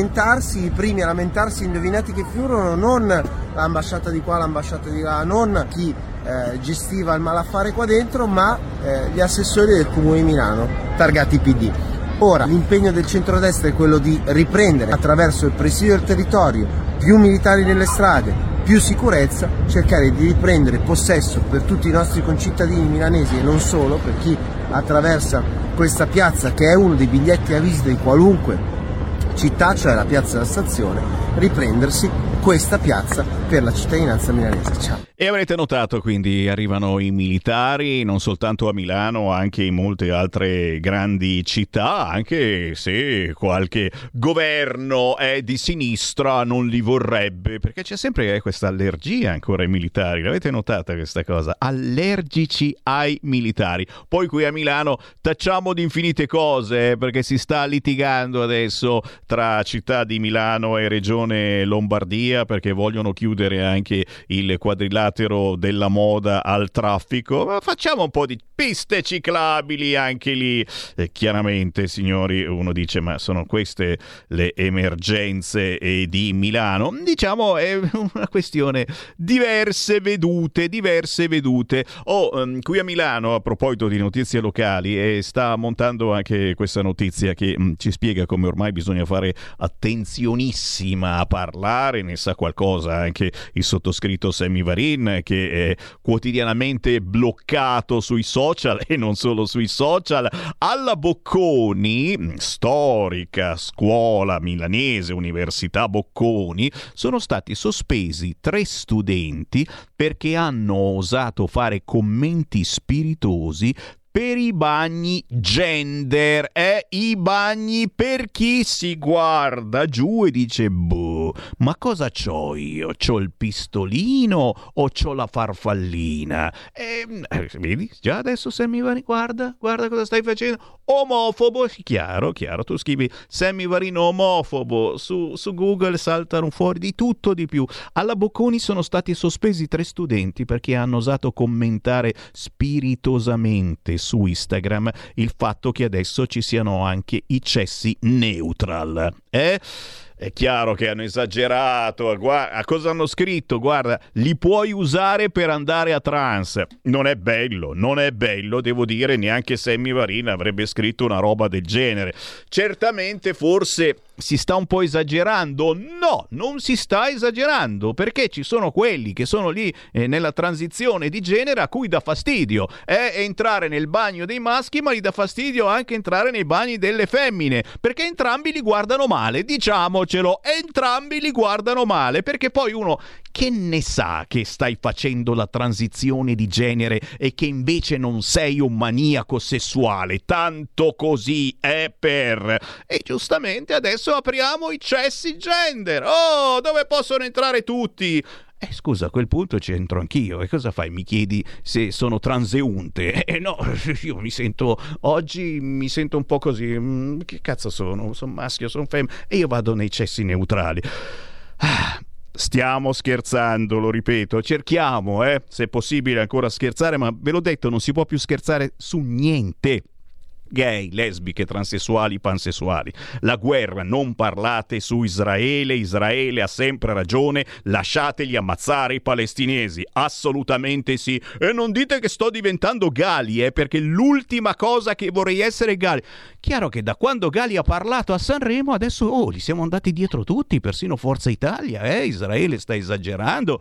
i primi a lamentarsi, indovinati che furono? Non l'ambasciata di qua, l'ambasciata di là, non chi gestiva il malaffare qua dentro, ma gli assessori del Comune di Milano, targati PD. Ora l'impegno del centrodestra è quello di riprendere, attraverso il presidio del territorio, più militari nelle strade, più sicurezza, cercare di riprendere possesso per tutti i nostri concittadini milanesi, e non solo, per chi attraversa questa piazza che è uno dei biglietti a visita di qualunque città, cioè la piazza della stazione, riprendersi questa piazza per la cittadinanza milanese. Ciao. E avrete notato, quindi arrivano i militari non soltanto a Milano, anche in molte altre grandi città, anche se qualche governo è di sinistra non li vorrebbe, perché c'è sempre questa allergia ancora ai militari. L'avete notata questa cosa? Allergici ai militari. Poi qui a Milano tacciamo di infinite cose, perché si sta litigando adesso tra città di Milano e regione Lombardia, perché vogliono chiudere anche il quadrilatero della moda al traffico. Ma facciamo un po' di piste ciclabili anche lì. Chiaramente, signori, uno dice: ma sono queste le emergenze di Milano? Diciamo è una questione diverse vedute. Qui a Milano, a proposito di notizie locali, sta montando anche questa notizia che ci spiega come ormai bisogna fare attenzionissima a parlare, ne sa qualcosa anche anche il sottoscritto Sammy Varin, che è quotidianamente bloccato sui social e non solo sui social. Alla Bocconi, storica scuola milanese, Università Bocconi, sono stati sospesi 3 studenti perché hanno osato fare commenti spiritosi per i bagni gender, i bagni per chi si guarda giù e dice boh, ma cosa c'ho io? C'ho il pistolino o c'ho la farfallina? Vedi, già adesso Sammy Varin, guarda cosa stai facendo, omofobo, chiaro, tu scrivi Sammy Varin omofobo, su Google saltano fuori di tutto di più. Alla Bocconi sono stati sospesi 3 studenti perché hanno osato commentare spiritosamente su Instagram il fatto che adesso ci siano anche i cessi neutral. È chiaro che hanno esagerato. A cosa hanno scritto? Guarda, li puoi usare per andare a trans. Non è bello, devo dire, neanche Sammy Varin avrebbe scritto una roba del genere. Certamente forse si sta un po' esagerando. No, non si sta esagerando, perché ci sono quelli che sono lì nella transizione di genere a cui dà fastidio entrare nel bagno dei maschi, ma gli dà fastidio anche entrare nei bagni delle femmine, perché entrambi li guardano male, diciamocelo, entrambi li guardano male, perché poi uno che ne sa che stai facendo la transizione di genere e che invece non sei un maniaco sessuale, tanto così è per... E giustamente adesso apriamo i cessi gender, dove possono entrare tutti. Scusa, a quel punto ci entro anch'io. E cosa fai? Mi chiedi se sono transeunte? No, io oggi mi sento un po' così. Che cazzo sono? Sono maschio, sono femmina, e io vado nei cessi neutrali. Stiamo scherzando, lo ripeto, cerchiamo, se possibile ancora scherzare, ma ve l'ho detto, non si può più scherzare su niente. Gay, lesbiche, transessuali, pansessuali. La guerra, non parlate su Israele. Israele ha sempre ragione. Lasciategli ammazzare i palestinesi. Assolutamente sì. E non dite che sto diventando Gali, perché l'ultima cosa che vorrei essere Gali. Chiaro che da quando Gali ha parlato a Sanremo adesso gli siamo andati dietro tutti, persino Forza Italia. Israele sta esagerando.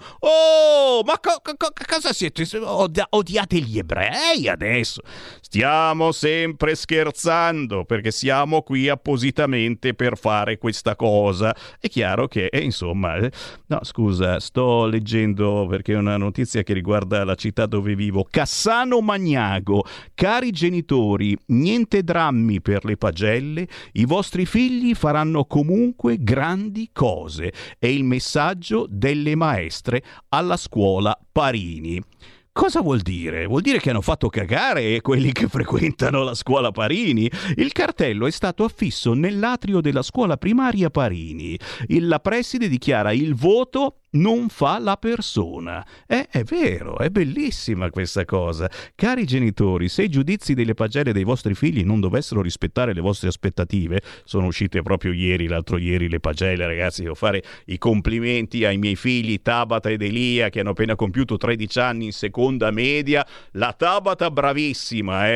Ma cosa siete? Odiate gli ebrei adesso? Stiamo sempre scherzando, perché siamo qui appositamente per fare questa cosa. È chiaro che insomma, no, scusa, sto leggendo perché è una notizia che riguarda la città dove vivo. Cassano Magnago: cari genitori, niente drammi per le pagelle, i vostri figli faranno comunque grandi cose. È il messaggio delle maestre alla scuola Parini. Cosa vuol dire? Vuol dire che hanno fatto cagare quelli che frequentano la scuola Parini? Il cartello è stato affisso nell'atrio della scuola primaria Parini. La preside dichiara: il voto non fa la persona. È vero, è bellissima questa cosa. Cari genitori, se i giudizi delle pagelle dei vostri figli non dovessero rispettare le vostre aspettative, sono uscite proprio l'altro ieri le pagelle, ragazzi, devo fare i complimenti ai miei figli Tabata ed Elia, che hanno appena compiuto 13 anni in seconda media. La Tabata bravissima,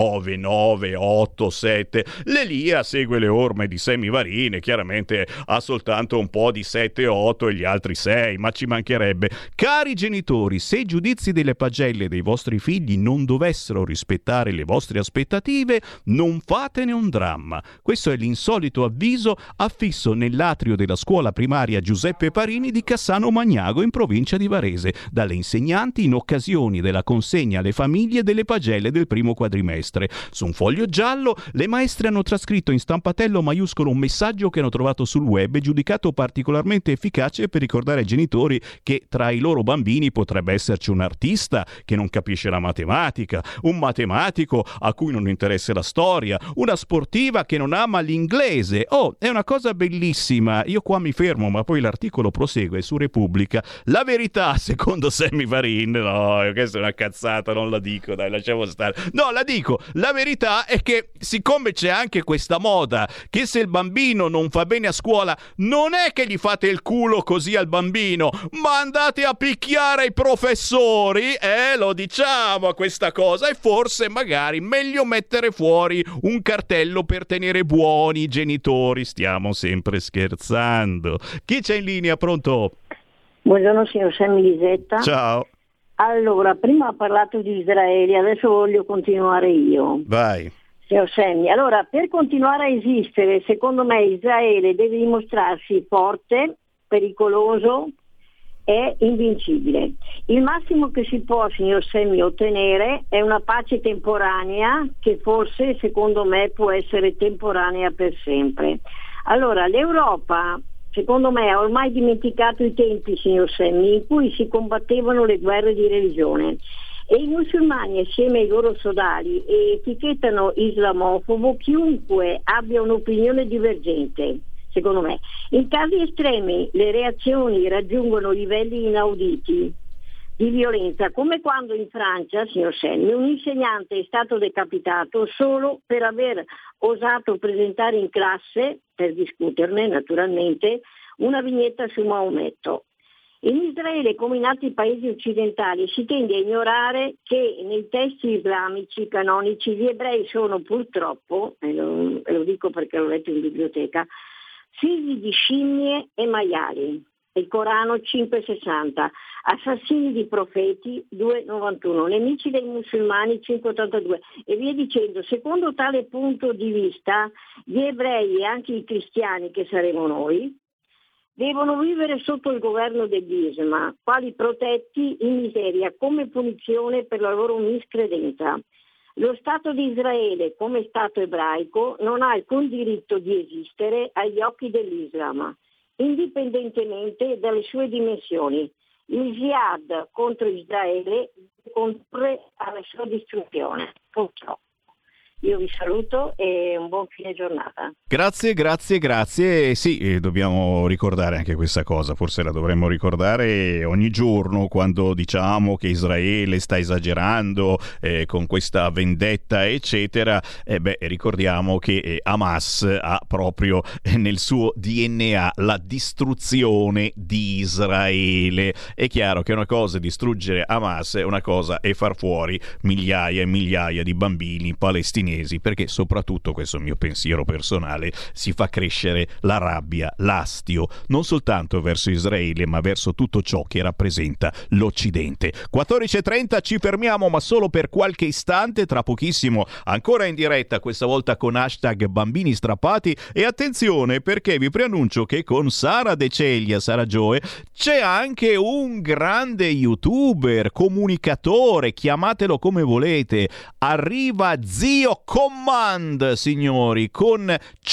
9, 8, 7. L'Elia segue le orme di Sammy Varin, chiaramente ha soltanto un po' di 7, 8 e gli altri 6. Ma ci mancherebbe. Cari genitori, se i giudizi delle pagelle dei vostri figli non dovessero rispettare le vostre aspettative, non fatene un dramma. Questo è l'insolito avviso affisso nell'atrio della scuola primaria Giuseppe Parini di Cassano Magnago, in provincia di Varese, dalle insegnanti in occasione della consegna alle famiglie delle pagelle del primo quadrimestre. Su un foglio giallo le maestre hanno trascritto in stampatello maiuscolo un messaggio che hanno trovato sul web, giudicato particolarmente efficace per ricordare ai genitori che tra i loro bambini potrebbe esserci un artista che non capisce la matematica, un matematico a cui non interessa la storia, una sportiva che non ama l'inglese. È una cosa bellissima. Io qua mi fermo, ma poi l'articolo prosegue su Repubblica. La verità, secondo Sammy Varin, no, questa è una cazzata, non la dico, dai, lasciamo stare. No, la dico. La verità è che, siccome c'è anche questa moda che se il bambino non fa bene a scuola, non è che gli fate il culo così al bambino, ma andate a picchiare i professori, lo diciamo a questa cosa, e forse magari meglio mettere fuori un cartello per tenere buoni i genitori. Stiamo sempre scherzando. Chi c'è in linea? Pronto? Buongiorno signor Sammy Lisetta. Ciao. Allora, prima ha parlato di Israele, adesso voglio continuare io. Vai. Signor Sammy, allora per continuare a esistere, secondo me Israele deve dimostrarsi forte, pericoloso e invincibile. Il massimo che si può, signor Sammy, ottenere è una pace temporanea che forse, secondo me, può essere temporanea per sempre. Allora, l'Europa, secondo me, ha ormai dimenticato i tempi, signor Sammy, in cui si combattevano le guerre di religione. E i musulmani, assieme ai loro sodali, etichettano islamofobo chiunque abbia un'opinione divergente, secondo me. In casi estremi le reazioni raggiungono livelli inauditi di violenza, come quando in Francia, signor Sammy, un insegnante è stato decapitato solo per aver osato presentare in classe, per discuterne naturalmente, una vignetta su Maometto. In Israele, come in altri paesi occidentali, si tende a ignorare che nei testi islamici canonici gli ebrei sono purtroppo, e lo dico perché l'ho letto in biblioteca, figli di scimmie e maiali. Il Corano 5,60, assassini di profeti 2,91, nemici dei musulmani 5,82 e via dicendo. Secondo tale punto di vista, gli ebrei e anche i cristiani, che saremo noi, devono vivere sotto il governo dell'Islam, quali protetti in miseria come punizione per la loro miscredenza. Lo Stato di Israele, come Stato ebraico, non ha alcun diritto di esistere agli occhi dell'Islam, indipendentemente dalle sue dimensioni. Il jihad contro Israele concorre alla sua distruzione, purtroppo. Io vi saluto e un buon fine giornata. Grazie. Sì, dobbiamo ricordare anche questa cosa, forse la dovremmo ricordare ogni giorno quando diciamo che Israele sta esagerando con questa vendetta, eccetera. Ricordiamo che Hamas ha proprio nel suo DNA la distruzione di Israele. È chiaro che una cosa è distruggere Hamas, una cosa è far fuori migliaia e migliaia di bambini palestinesi, perché soprattutto, questo è il mio pensiero personale, si fa crescere la rabbia, l'astio, non soltanto verso Israele ma verso tutto ciò che rappresenta l'Occidente. 14.30, ci fermiamo ma solo per qualche istante, tra pochissimo ancora in diretta, questa volta con hashtag bambini strappati, e attenzione perché vi preannuncio che con Sara De Ceglia, Sara Joe, c'è anche un grande youtuber, comunicatore, chiamatelo come volete, arriva Zio Command, signori, con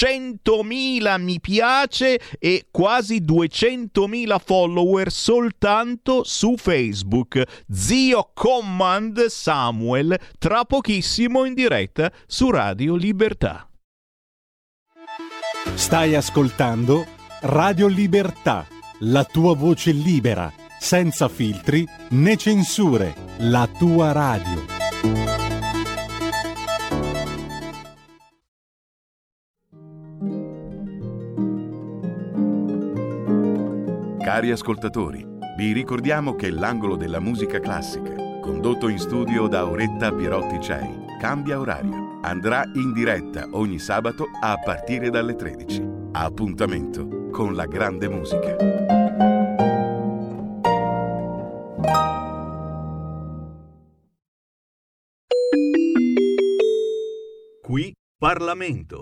100.000 mi piace e quasi 200.000 follower soltanto su Facebook. Zio Command Samuel, tra pochissimo in diretta su Radio Libertà. Stai ascoltando Radio Libertà, la tua voce libera, senza filtri né censure, la tua radio. Cari ascoltatori, vi ricordiamo che l'angolo della musica classica, condotto in studio da Auretta Pierotti Cei, cambia orario. Andrà in diretta ogni sabato a partire dalle 13. Appuntamento con la grande musica. Qui Parlamento.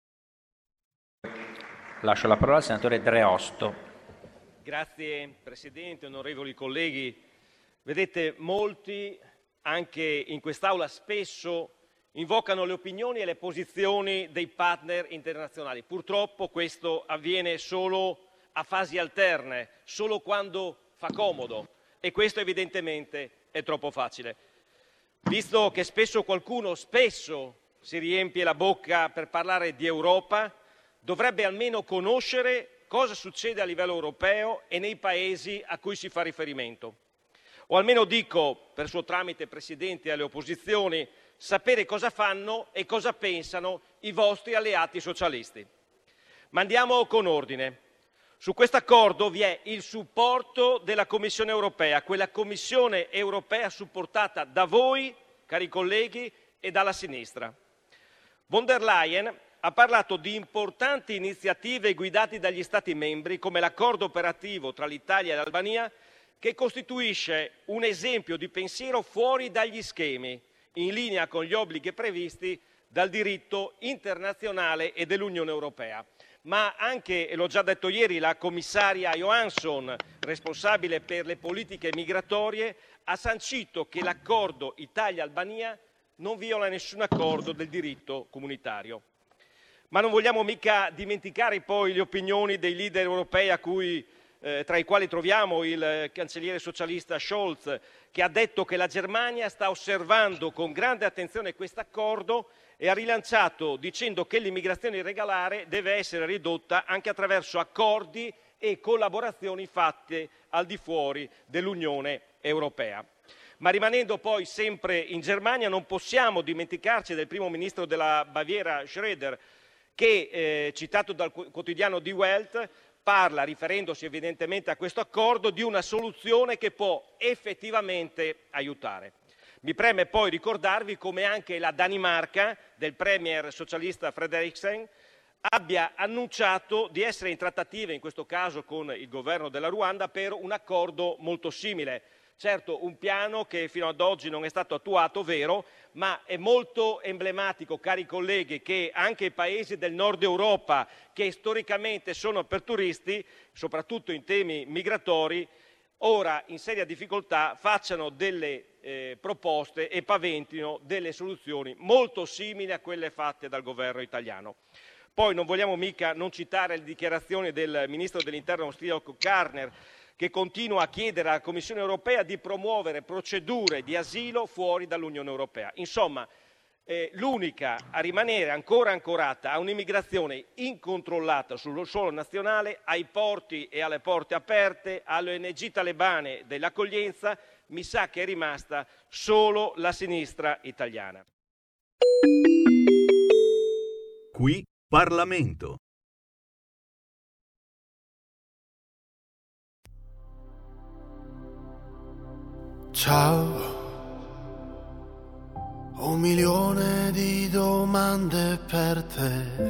Lascio la parola al senatore Dreosto. Grazie Presidente, onorevoli colleghi. Vedete, molti anche in quest'Aula spesso invocano le opinioni e le posizioni dei partner internazionali. Purtroppo questo avviene solo a fasi alterne, solo quando fa comodo, e questo evidentemente è troppo facile. Visto che spesso qualcuno si riempie la bocca per parlare di Europa, dovrebbe almeno conoscere cosa succede a livello europeo e nei paesi a cui si fa riferimento. O almeno dico, per suo tramite Presidente, alle opposizioni, sapere cosa fanno e cosa pensano i vostri alleati socialisti. Ma andiamo con ordine. Su questo accordo vi è il supporto della Commissione europea, quella Commissione europea supportata da voi, cari colleghi, e dalla sinistra. Von der Leyen ha parlato di importanti iniziative guidate dagli Stati membri, come l'accordo operativo tra l'Italia e l'Albania, che costituisce un esempio di pensiero fuori dagli schemi, in linea con gli obblighi previsti dal diritto internazionale e dell'Unione Europea. Ma anche, e l'ho già detto ieri, la commissaria Johansson, responsabile per le politiche migratorie, ha sancito che l'accordo Italia-Albania non viola nessun accordo del diritto comunitario. Ma non vogliamo mica dimenticare poi le opinioni dei leader europei tra i quali troviamo il cancelliere socialista Scholz, che ha detto che la Germania sta osservando con grande attenzione questo accordo e ha rilanciato dicendo che l'immigrazione irregolare deve essere ridotta anche attraverso accordi e collaborazioni fatte al di fuori dell'Unione Europea. Ma rimanendo poi sempre in Germania, non possiamo dimenticarci del primo ministro della Baviera Schröder, che, citato dal quotidiano Die Welt, parla, riferendosi evidentemente a questo accordo, di una soluzione che può effettivamente aiutare. Mi preme poi ricordarvi come anche la Danimarca, del premier socialista Frederiksen, abbia annunciato di essere in trattative, in questo caso con il governo della Ruanda, per un accordo molto simile. Certo, un piano che fino ad oggi non è stato attuato, vero, ma è molto emblematico, cari colleghi, che anche i paesi del nord Europa, che storicamente sono aperturisti, soprattutto in temi migratori, ora in seria difficoltà facciano delle proposte e paventino delle soluzioni molto simili a quelle fatte dal governo italiano. Poi non vogliamo mica non citare le dichiarazioni del ministro dell'Interno austriaco Karner, che continua a chiedere alla Commissione europea di promuovere procedure di asilo fuori dall'Unione Europea. Insomma, l'unica a rimanere ancora ancorata a un'immigrazione incontrollata sul suolo nazionale, ai porti e alle porte aperte, alle ONG talebane dell'accoglienza, mi sa che è rimasta solo la sinistra italiana. Qui Parlamento. Ciao, ho 1 milione di domande per te,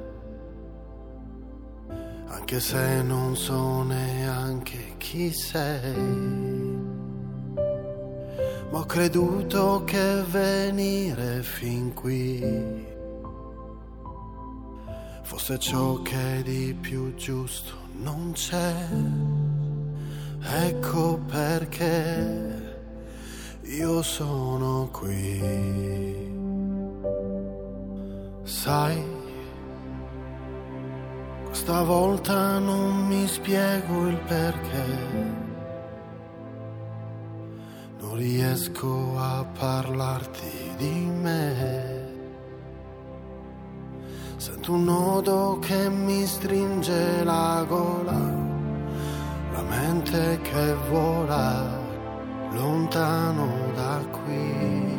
anche se non so neanche chi sei, ma ho creduto che venire fin qui fosse ciò che di più giusto non c'è. Ecco perché io sono qui. Sai, questa volta non mi spiego il perché, non riesco a parlarti di me. Sento un nodo che mi stringe la gola, la mente che vola lontano da qui.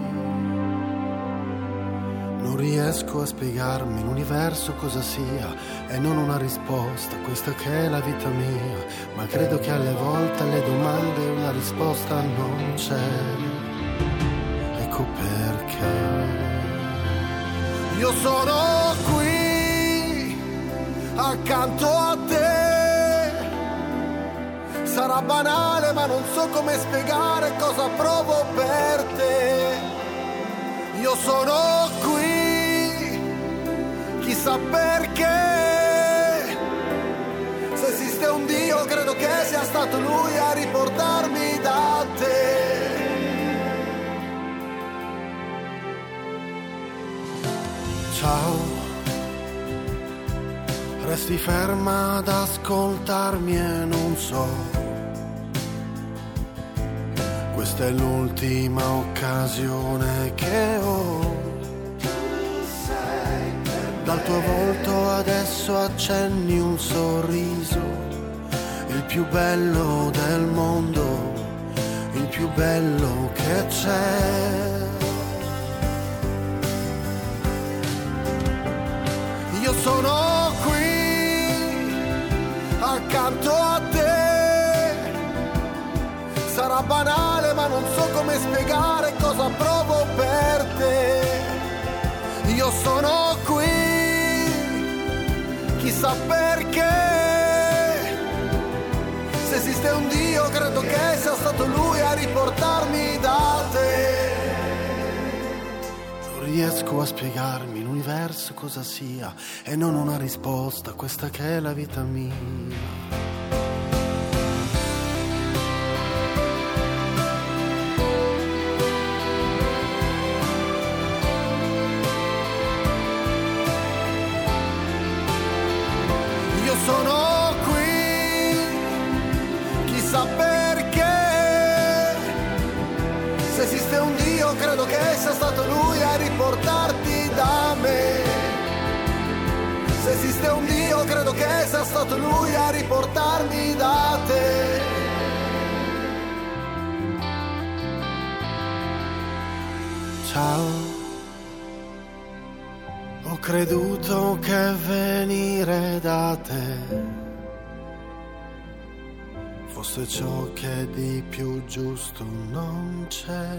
Non riesco a spiegarmi l'universo cosa sia e non ho una risposta, questa che è la vita mia, ma credo che alle volte alle domande una risposta non c'è. Ecco perché io sono qui accanto a te. Sarà banale ma non so come spiegare cosa provo per te. Io sono qui, chissà perché. Se esiste un Dio credo che sia stato Lui a riportarmi da te. Ciao, resti ferma ad ascoltarmi e non so, questa è l'ultima occasione che ho. Dal tuo volto adesso accenni un sorriso, il più bello del mondo, il più bello che c'è. Io sono qui accanto a te. Sarà banale ma non so come spiegare cosa provo per te. Io sono qui chissà perché. Se esiste un Dio credo che sia stato Lui a riportarmi da te. Non riesco a spiegarmi l'universo cosa sia e non ho una risposta a questa che è la vita mia. Sono qui, chissà perché. Se esiste un Dio credo che sia stato Lui a riportarti da me. Se esiste un Dio credo che sia stato Lui a riportarmi da te. Ciao. Ho creduto che venire da te fosse ciò che di più giusto non c'è.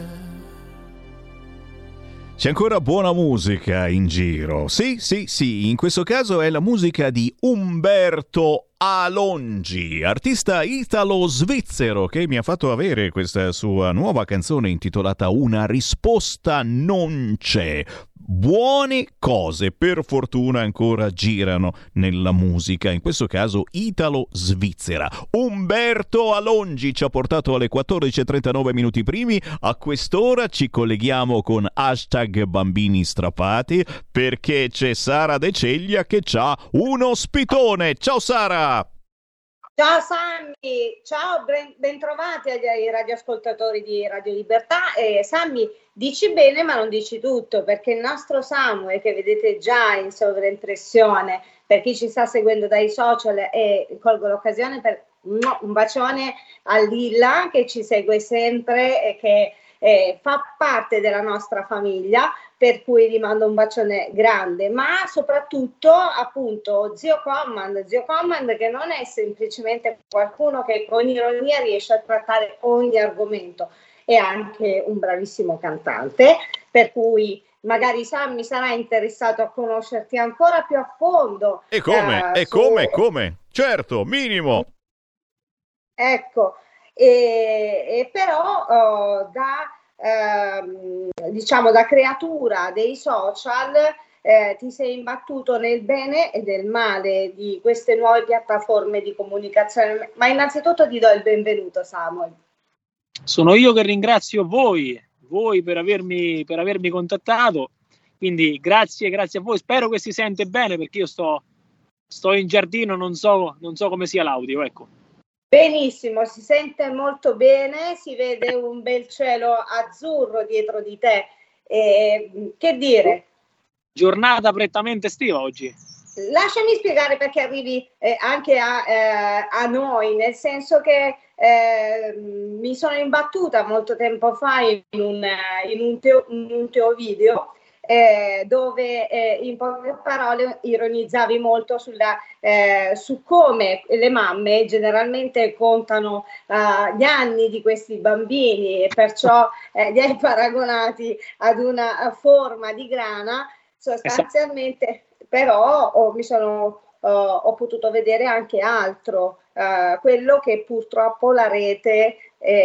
C'è ancora buona musica in giro. Sì, in questo caso è la musica di Umberto Alongi, artista italo-svizzero che mi ha fatto avere questa sua nuova canzone intitolata Una risposta non c'è. Buone cose, per fortuna, ancora girano nella musica, in questo caso italo-svizzera. Umberto Alongi ci ha portato alle 14:39 minuti primi. A quest'ora ci colleghiamo con hashtag bambini strappati perché c'è Sara De Ceglia che c'ha un ospitone. Ciao Sara! Ciao Sammy, ciao, bentrovati ai radioascoltatori di Radio Libertà. Sammy, dici bene ma non dici tutto, perché il nostro Samuel, che vedete già in sovraimpressione, per chi ci sta seguendo dai social, e colgo l'occasione per un bacione a Lilla che ci segue sempre e che fa parte della nostra famiglia, per cui gli mando un bacione grande, ma soprattutto appunto Zio Command che non è semplicemente qualcuno che con ironia riesce a trattare ogni argomento, è anche un bravissimo cantante, per cui magari Sammy sarà interessato a conoscerti ancora più a fondo. E come? Certo, minimo. Ecco, e però da creatura dei social ti sei imbattuto nel bene e nel male di queste nuove piattaforme di comunicazione, ma innanzitutto ti do il benvenuto, Samuel. Sono io che ringrazio voi per avermi contattato, quindi grazie a voi, spero che si sente bene perché io sto in giardino, non so come sia l'audio, ecco. Benissimo, si sente molto bene, si vede un bel cielo azzurro dietro di te. Che dire? Giornata prettamente estiva oggi. Lasciami spiegare perché arrivi anche a noi, nel senso che mi sono imbattuta molto tempo fa in un teo video dove in poche parole ironizzavi molto su come le mamme generalmente contano gli anni di questi bambini e perciò li hai paragonati ad una forma di grana sostanzialmente, però ho potuto vedere anche altro, quello che purtroppo la rete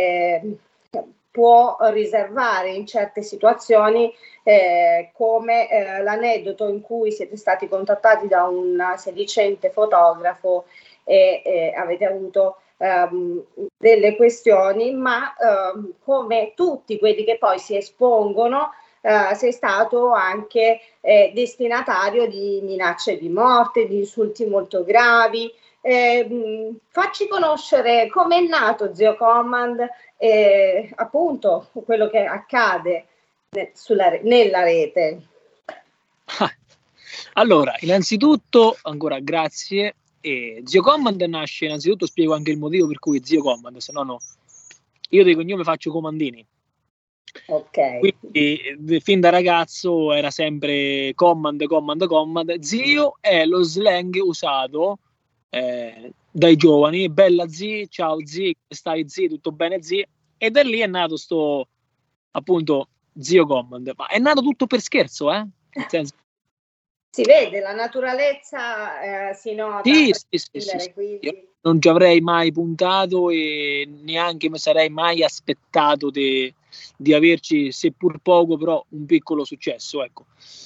può riservare in certe situazioni, come l'aneddoto in cui siete stati contattati da un sedicente fotografo e avete avuto delle questioni, ma come tutti quelli che poi si espongono, sei stato anche destinatario di minacce di morte, di insulti molto gravi. Facci conoscere come è nato Zio Command e appunto quello che accade nella rete. Allora, innanzitutto ancora grazie. Zio Command nasce, innanzitutto spiego anche il motivo per cui Zio Command, se no io di cognome faccio Comandini. Ok. Quindi fin da ragazzo era sempre Command. Zio è lo slang usato dai giovani, bella zi, ciao zi, stai zi, tutto bene zi, e da lì è nato sto appunto Zio Command, ma è nato tutto per scherzo, nel senso, Si vede, la naturalezza si nota. Sì. Quindi... Io non ci avrei mai puntato e neanche mi sarei mai aspettato di averci, seppur poco, però un piccolo successo, ecco.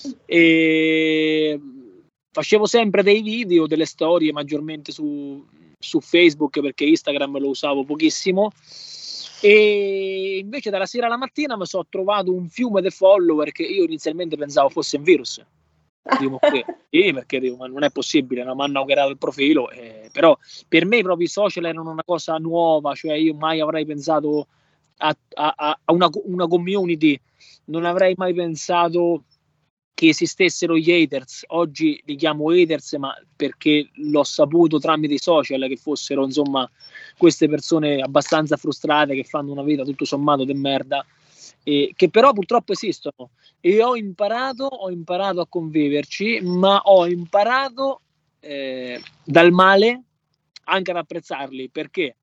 E facevo sempre dei video, delle storie, maggiormente su Facebook, perché Instagram lo usavo pochissimo, e invece dalla sera alla mattina mi sono trovato un fiume di follower che io inizialmente pensavo fosse un virus. Dico, sì, perché dico, ma non è possibile, non mi hanno hackerato il profilo, però per me proprio i social erano una cosa nuova, cioè io mai avrei pensato a una community, non avrei mai pensato che esistessero gli haters. Oggi li chiamo haters, ma perché l'ho saputo tramite i social che fossero, insomma, queste persone abbastanza frustrate che fanno una vita tutto sommato di merda, che però purtroppo esistono, e ho imparato a conviverci, ma ho imparato dal male anche ad apprezzarli. Perché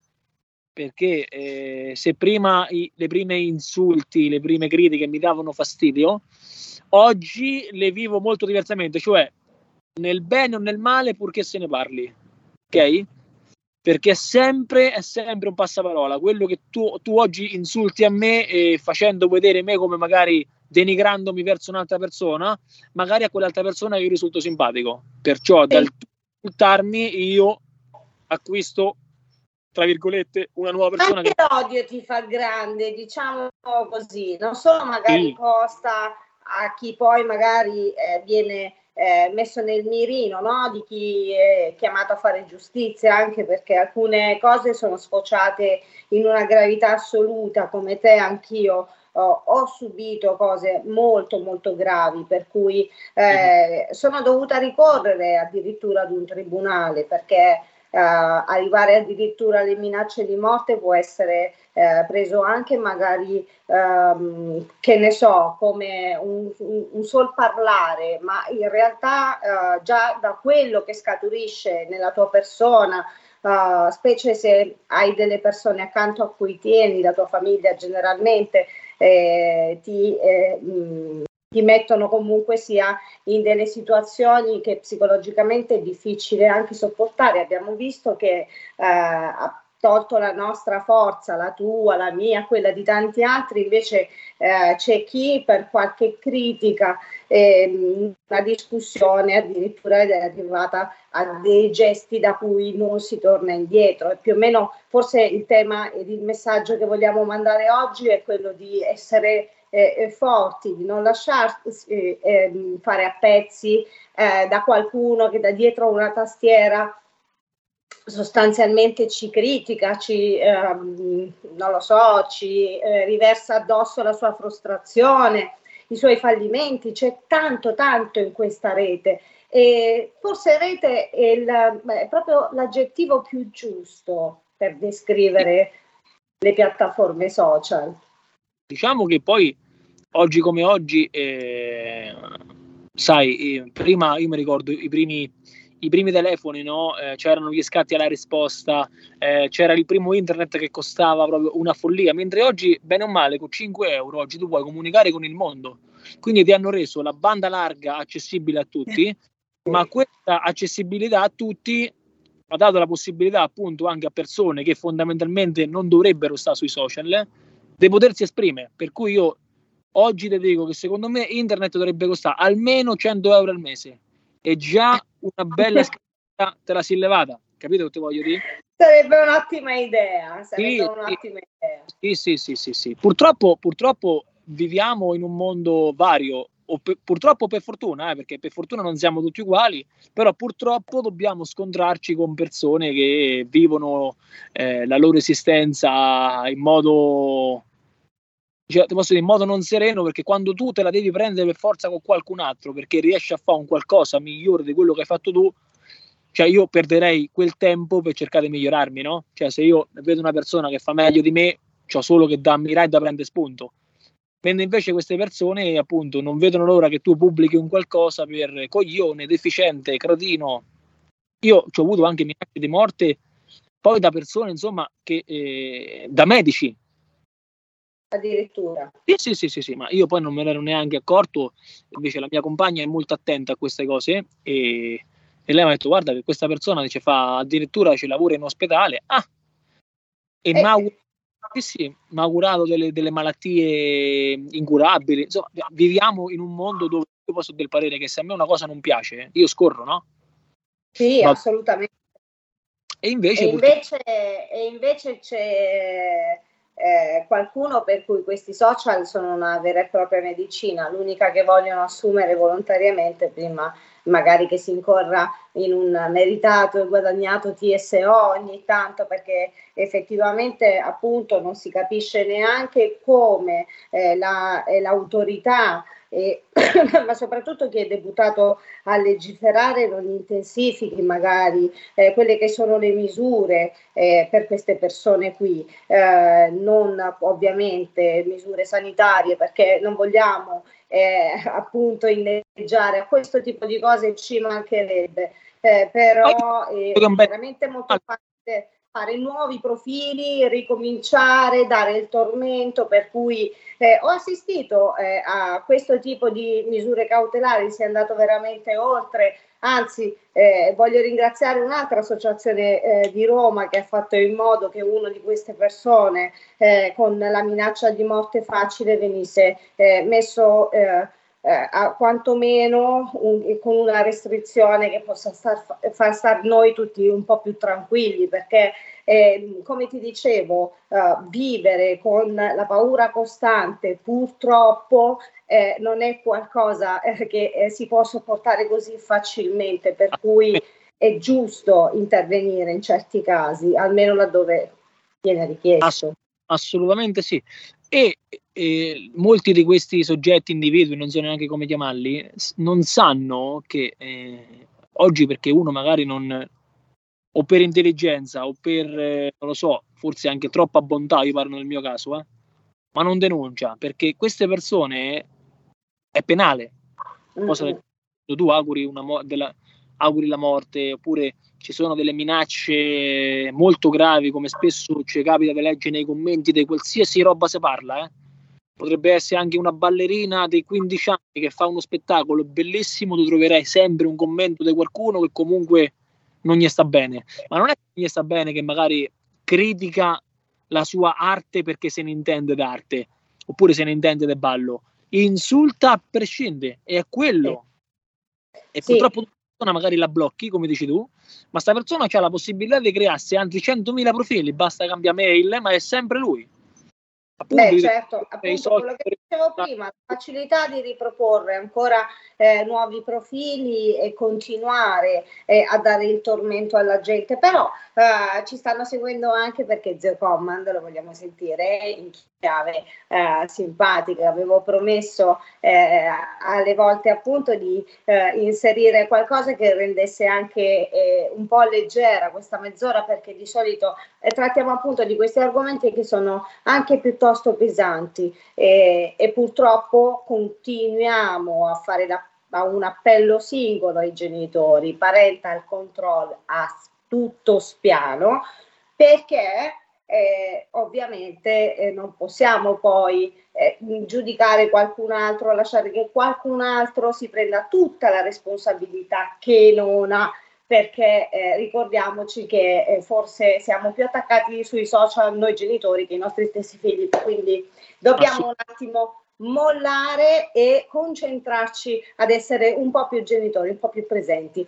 se prima le prime insulti, le prime critiche mi davano fastidio, oggi le vivo molto diversamente, cioè nel bene o nel male, purché se ne parli, ok? Perché è sempre un passaparola. Quello che tu oggi insulti a me, facendo vedere me come magari denigrandomi verso un'altra persona, magari a quell'altra persona io risulto simpatico. Perciò dal insultarmi io acquisto, tra virgolette, una nuova persona. Anche l'odio ti fa grande, diciamo così, non solo magari costa a chi poi magari viene messo nel mirino, no? Di chi è chiamato a fare giustizia, anche perché alcune cose sono sfociate in una gravità assoluta, come te anch'io ho subito cose molto molto gravi, per cui sono dovuta ricorrere addirittura ad un tribunale, perché arrivare addirittura alle minacce di morte può essere preso anche magari che ne so, come un sol parlare, ma in realtà già da quello che scaturisce nella tua persona, specie se hai delle persone accanto a cui tieni, la tua famiglia generalmente ti mettono comunque sia in delle situazioni che psicologicamente è difficile anche sopportare. Abbiamo visto che ha tolto la nostra forza, la tua, la mia, quella di tanti altri, invece c'è chi per qualche critica, una discussione addirittura è arrivata a dei gesti da cui non si torna indietro. E più o meno forse il tema ed il messaggio che vogliamo mandare oggi è quello di essere forti, di non lasciarsi fare a pezzi da qualcuno che da dietro una tastiera sostanzialmente ci critica, non lo so, ci riversa addosso la sua frustrazione, i suoi fallimenti. C'è tanto in questa rete, e forse rete è proprio l'aggettivo più giusto per descrivere le piattaforme social. Diciamo che poi oggi come oggi, sai, prima io mi ricordo i primi telefoni, no? C'erano gli scatti alla risposta, c'era il primo internet che costava proprio una follia, mentre oggi, bene o male, con 5 euro oggi tu puoi comunicare con il mondo. Quindi ti hanno reso la banda larga accessibile a tutti, ma questa accessibilità a tutti ha dato la possibilità appunto anche a persone che fondamentalmente non dovrebbero stare sui social di potersi esprimere. Per cui io oggi ti dico che secondo me internet dovrebbe costare almeno 100 euro al mese, e già una bella scritta te la si levata, capito che ti voglio dire? Sarebbe un'ottima idea, Sì. Purtroppo viviamo in un mondo vario, purtroppo per fortuna, perché per fortuna non siamo tutti uguali, però purtroppo dobbiamo scontrarci con persone che vivono la loro esistenza in modo, cioè, ti posso dire, in modo non sereno, perché quando tu te la devi prendere per forza con qualcun altro perché riesci a fare un qualcosa migliore di quello che hai fatto tu, cioè io perderei quel tempo per cercare di migliorarmi, no? Cioè se io vedo una persona che fa meglio di me, c'ho solo che da ammirare e da prendere spunto. Mentre invece queste persone appunto non vedono l'ora che tu pubblichi un qualcosa per coglione, deficiente, cretino. Io ho avuto anche minacce di morte poi da persone, insomma, che da medici addirittura. Sì, ma io poi non me ne ero neanche accorto, invece la mia compagna è molto attenta a queste cose e lei mi ha detto guarda che questa persona dice addirittura ci lavora in ospedale, e mi ha augurato delle malattie incurabili. Insomma, viviamo in un mondo dove io posso del parere che se a me una cosa non piace io scorro, no? Sì, assolutamente. E invece c'è qualcuno per cui questi social sono una vera e propria medicina, l'unica che vogliono assumere volontariamente prima magari che si incorra in un meritato e guadagnato TSO ogni tanto, perché effettivamente appunto non si capisce neanche come l'autorità ma soprattutto chi è deputato a legiferare non intensifichi magari quelle che sono le misure per queste persone qui, non ovviamente misure sanitarie, perché non vogliamo appunto inneggiare a questo tipo di cose, ci mancherebbe, però è veramente molto facile fare nuovi profili, ricominciare, dare il tormento, per cui ho assistito a questo tipo di misure cautelari, si è andato veramente oltre, anzi voglio ringraziare un'altra associazione di Roma che ha fatto in modo che una di queste persone con la minaccia di morte facile venisse messo quantomeno con una restrizione che possa far star noi tutti un po' più tranquilli, perché come ti dicevo vivere con la paura costante purtroppo non è qualcosa che si può sopportare così facilmente, per cui è giusto intervenire in certi casi, almeno laddove viene richiesto. Assolutamente sì. E molti di questi soggetti, individui, non so neanche come chiamarli, non sanno che oggi, perché uno magari non, o per intelligenza o per non lo so, forse anche troppa bontà, io parlo nel mio caso, ma non denuncia, perché queste persone è penale. Cosa tu auguri auguri la morte, oppure ci sono delle minacce molto gravi, come spesso ci capita di leggere nei commenti di qualsiasi roba si parla, potrebbe essere anche una ballerina dei 15 anni che fa uno spettacolo bellissimo, tu troverai sempre un commento di qualcuno che comunque non gli sta bene, ma non è che gli sta bene che magari critica la sua arte perché se ne intende d'arte, oppure se ne intende del ballo, insulta a prescindere, e è quello. E sì. Purtroppo magari la blocchi, come dici tu, ma sta persona ha la possibilità di crearsi altri 100.000 profili, basta cambiare mail, ma è sempre lui. Appunto, certo, appunto quello che dicevo prima, la facilità di riproporre ancora nuovi profili e continuare a dare il tormento alla gente, però ci stanno seguendo anche perché Zio Command lo vogliamo sentire in chiave simpatica. Avevo promesso alle volte appunto di inserire qualcosa che rendesse anche un po' leggera questa mezz'ora, perché di solito trattiamo appunto di questi argomenti che sono anche piuttosto pesanti e purtroppo continuiamo a fare un appello singolo ai genitori, parental control a tutto spiano, perché ovviamente non possiamo poi giudicare qualcun altro, lasciare che qualcun altro si prenda tutta la responsabilità che non ha, perché ricordiamoci che forse siamo più attaccati sui social noi genitori che i nostri stessi figli, quindi dobbiamo un attimo mollare e concentrarci ad essere un po' più genitori, un po' più presenti.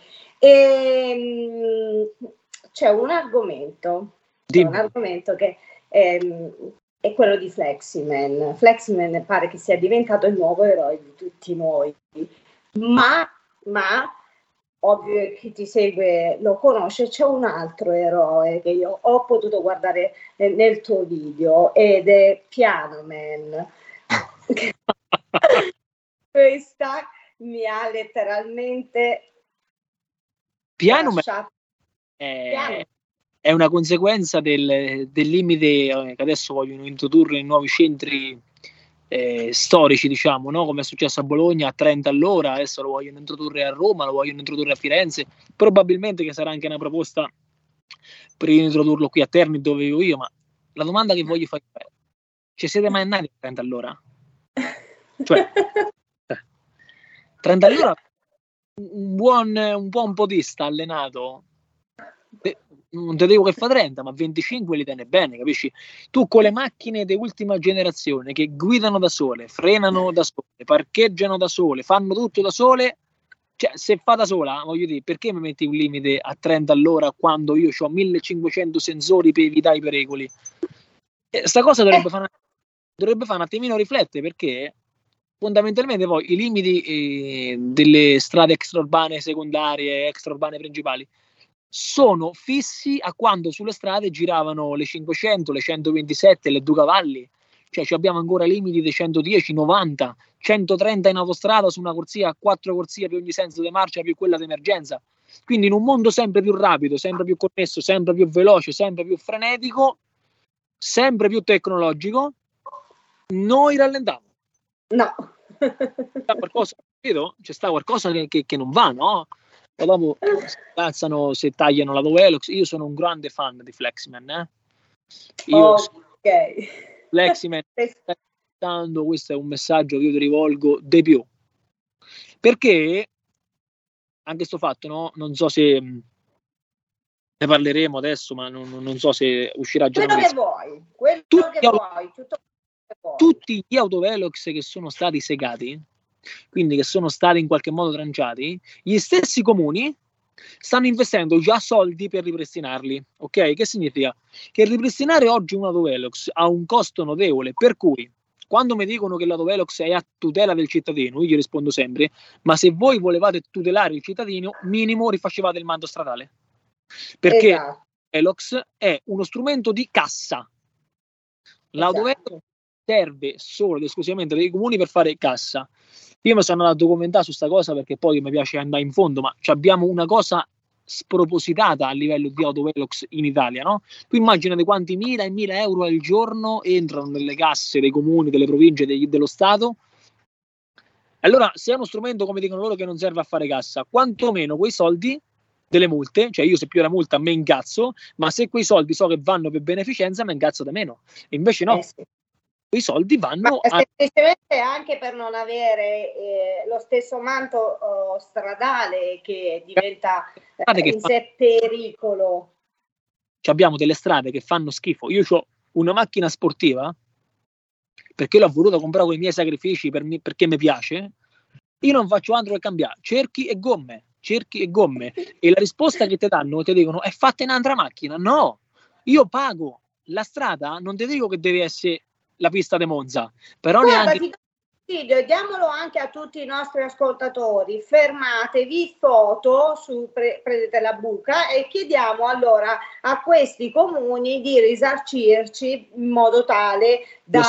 E c'è un argomento che è quello di Fleximan. Fleximan pare che sia diventato il nuovo eroe di tutti noi, ma ovvio che chi ti segue lo conosce, c'è un altro eroe che io ho potuto guardare nel tuo video ed è Piano Man. Questa mi ha letteralmente Piano Man è una conseguenza del limite che adesso vogliono introdurre in nuovi centri storici, diciamo, no? Come è successo a Bologna a 30 all'ora, adesso lo vogliono introdurre a Roma, lo vogliono introdurre a Firenze, probabilmente che sarà anche una proposta per introdurlo qui a Terni dove vivo io, ma la domanda che voglio fare è: ci siete mai andati a 30 all'ora? Cioè 30 all'ora un buon podista allenato non te dico che fa 30, ma 25 li tiene bene, capisci? Tu con le macchine di ultima generazione che guidano da sole, frenano da sole, parcheggiano da sole, fanno tutto da sole, cioè se fa da sola, voglio dire, perché mi metti un limite a 30 all'ora quando io ho 1500 sensori per evitare i pericoli? Sta cosa dovrebbe fare un attimino riflettere, perché fondamentalmente poi i limiti delle strade extraurbane secondarie, extraurbane principali sono fissi a quando sulle strade giravano le 500, le 127, le 2 cavalli, cioè abbiamo ancora limiti di 110, 90, 130 in autostrada su una corsia, 4 corsie per ogni senso di marcia più quella d'emergenza. Quindi in un mondo sempre più rapido, sempre più connesso, sempre più veloce, sempre più frenetico, sempre più tecnologico, noi rallentiamo. No. C'è sta qualcosa che non va, no? E dopo si alzano, se tagliano la Velox. Io sono un grande fan di Fleximan, Fleximan, questo è un messaggio che io ti rivolgo di più, perché anche sto fatto, no? Non so se ne parleremo adesso, ma non so se uscirà già. Tutti gli autovelox che sono stati segati, quindi che sono stati in qualche modo tranciati, gli stessi comuni stanno investendo già soldi per ripristinarli, ok? Che significa? Che ripristinare oggi un autovelox ha un costo notevole, per cui quando mi dicono che l'autovelox è a tutela del cittadino, io gli rispondo sempre, ma se voi volevate tutelare il cittadino, minimo rifacevate il manto stradale, perché l'autovelox è uno strumento di cassa. L'autovelox serve solo ed esclusivamente dei comuni per fare cassa. Io mi sono andato a documentare su sta cosa, perché poi mi piace andare in fondo, ma abbiamo una cosa spropositata a livello di autovelox in Italia, no? Tu immaginate quanti 1.000 e 1.000 euro al giorno entrano nelle casse dei comuni, delle province, dello Stato. Allora, se è uno strumento, come dicono loro, che non serve a fare cassa, quantomeno quei soldi delle multe, cioè io se più la multa me incazzo, ma se quei soldi so che vanno per beneficenza me incazzo da meno. E invece no. Quei soldi vanno semplicemente anche per non avere lo stesso manto stradale che diventa in sé pericolo. Abbiamo delle strade che fanno schifo. Io ho una macchina sportiva perché l'ho voluta comprare con i miei sacrifici, perché mi piace. Io non faccio altro che cambiare cerchi e gomme, e la risposta che ti danno, ti dicono è fatta in un'altra macchina. No, io pago la strada, non ti dico che deve essere la pista di Monza, però neanche. Diamolo anche a tutti i nostri ascoltatori, fermatevi, foto prendete la buca e chiediamo allora a questi comuni di risarcirci in modo tale da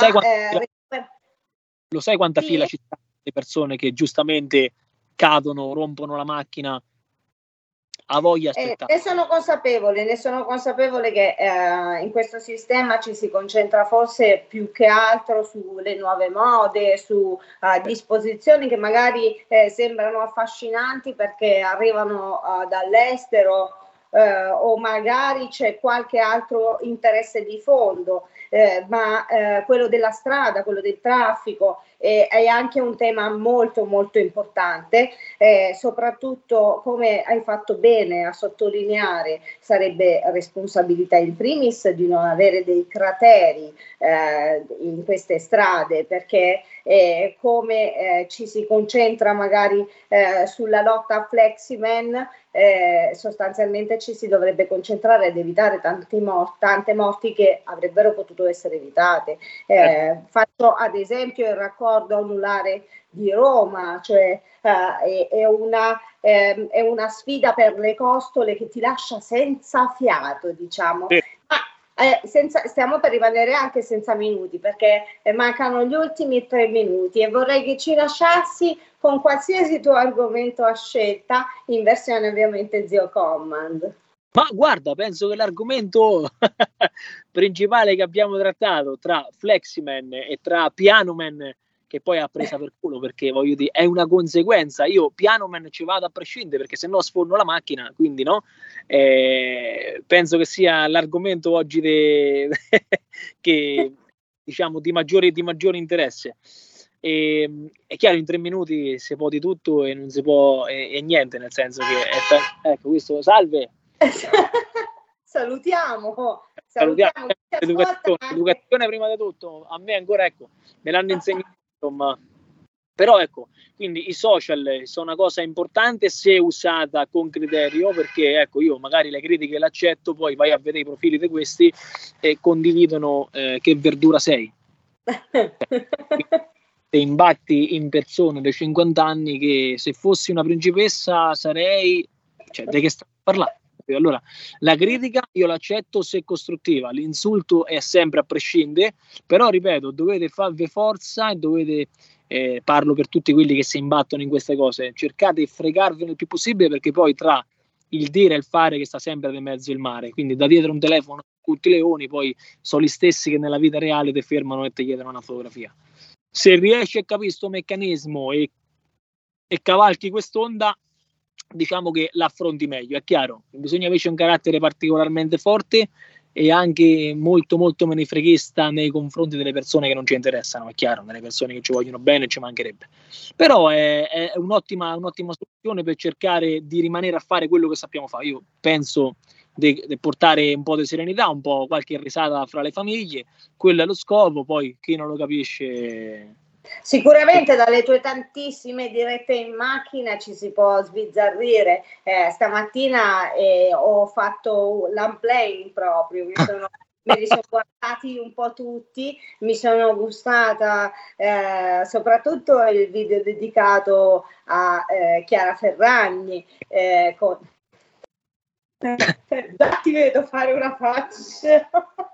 lo sai quanta fila ci sta le persone che giustamente cadono, rompono la macchina, a voglia aspettare. Ne sono consapevole che in questo sistema ci si concentra forse più che altro sulle nuove mode, su disposizioni che magari sembrano affascinanti perché arrivano dall'estero, o magari c'è qualche altro interesse di fondo, ma quello della strada, quello del traffico è anche un tema molto molto importante, soprattutto, come hai fatto bene a sottolineare, sarebbe responsabilità in primis di non avere dei crateri in queste strade, perché come ci si concentra magari sulla lotta a Fleximan, sostanzialmente ci si dovrebbe concentrare ad evitare tante morti che avrebbero potuto essere evitate. Faccio ad esempio il raccordo anulare di Roma, cioè è una sfida per le costole che ti lascia senza fiato, diciamo. Stiamo per rimanere anche senza minuti, perché mancano gli ultimi 3 minuti e vorrei che ci lasciassi con qualsiasi tuo argomento a scelta, in versione ovviamente Zio Command. Ma guarda, penso che l'argomento principale che abbiamo trattato tra Fleximan e tra Pianoman, che poi ha presa per culo, perché voglio dire, è una conseguenza. Io Pianoman ci vado a prescindere, perché se no sforno la macchina, quindi no. Penso che sia l'argomento oggi che diciamo di maggiore interesse. È chiaro, in 3 minuti si può di tutto e non si può e niente, nel senso che ecco questo, salve. Salutiamo. Educazione prima di tutto, a me ancora, ecco, me l'hanno insegnato, insomma. Però ecco, quindi i social sono una cosa importante se usata con criterio, perché ecco, io magari le critiche le accetto, poi vai a vedere i profili di questi e condividono che verdura sei. Te imbatti in persone dei 50 anni che se fossi una principessa sarei, cioè, di che sto parlando? Allora, la critica io l'accetto se costruttiva, l'insulto è sempre a prescindere, però ripeto, dovete farvi forza e dovete, parlo per tutti quelli che si imbattono in queste cose, cercate di fregarvene il più possibile, perché poi tra il dire e il fare che sta sempre di mezzo il mare, quindi da dietro un telefono tutti i leoni poi sono gli stessi che nella vita reale ti fermano e ti chiedono una fotografia. Se riesci a capire questo meccanismo e cavalchi quest'onda, diciamo che l'affronti meglio. È chiaro, bisogna invece un carattere particolarmente forte e anche molto molto menefreghista nei confronti delle persone che non ci interessano, è chiaro, delle persone che ci vogliono bene ci mancherebbe, però è un'ottima soluzione per cercare di rimanere a fare quello che sappiamo fare. Io penso di portare un po' di serenità, un po' qualche risata fra le famiglie, quello è lo scopo, poi chi non lo capisce. Sicuramente dalle tue tantissime dirette in macchina ci si può sbizzarrire. Stamattina ho fatto l'unplaying proprio, me li sono guardati un po' tutti, mi sono gustata soprattutto il video dedicato a Chiara Ferragni. Ti vedo fare una faccia.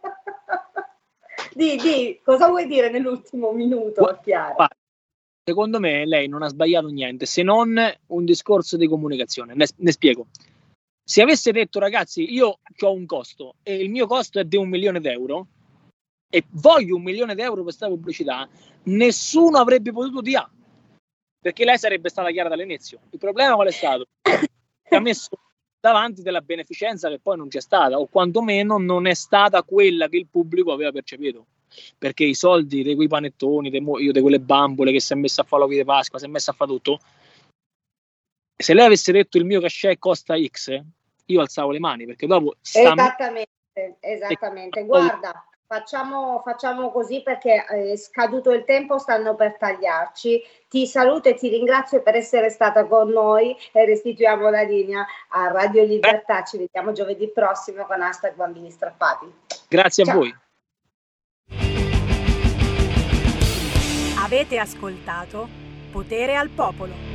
Di cosa vuoi dire nell'ultimo minuto, Chiara? Secondo me lei non ha sbagliato niente, se non un discorso di comunicazione. Ne spiego. Se avesse detto, ragazzi, io ho un costo e il mio costo è di 1 milione di euro e voglio 1 milione di euro per questa pubblicità, nessuno avrebbe potuto dire, perché lei sarebbe stata chiara dall'inizio. Il problema qual è stato? Che ha messo davanti della beneficenza che poi non c'è stata, o quantomeno non è stata quella che il pubblico aveva percepito, perché i soldi di quei panettoni, io di quelle bambole che si è messa a fare l'uovo di Pasqua, si è messa a fare tutto, se lei avesse detto il mio cachet costa X, io alzavo le mani, perché dopo esattamente. Guarda, facciamo così, perché è scaduto il tempo, stanno per tagliarci. Ti saluto e ti ringrazio per essere stata con noi e restituiamo la linea a Radio Libertà. Ci vediamo giovedì prossimo con #Bambini Strappati. Grazie. Ciao. A voi. Avete ascoltato Potere al Popolo.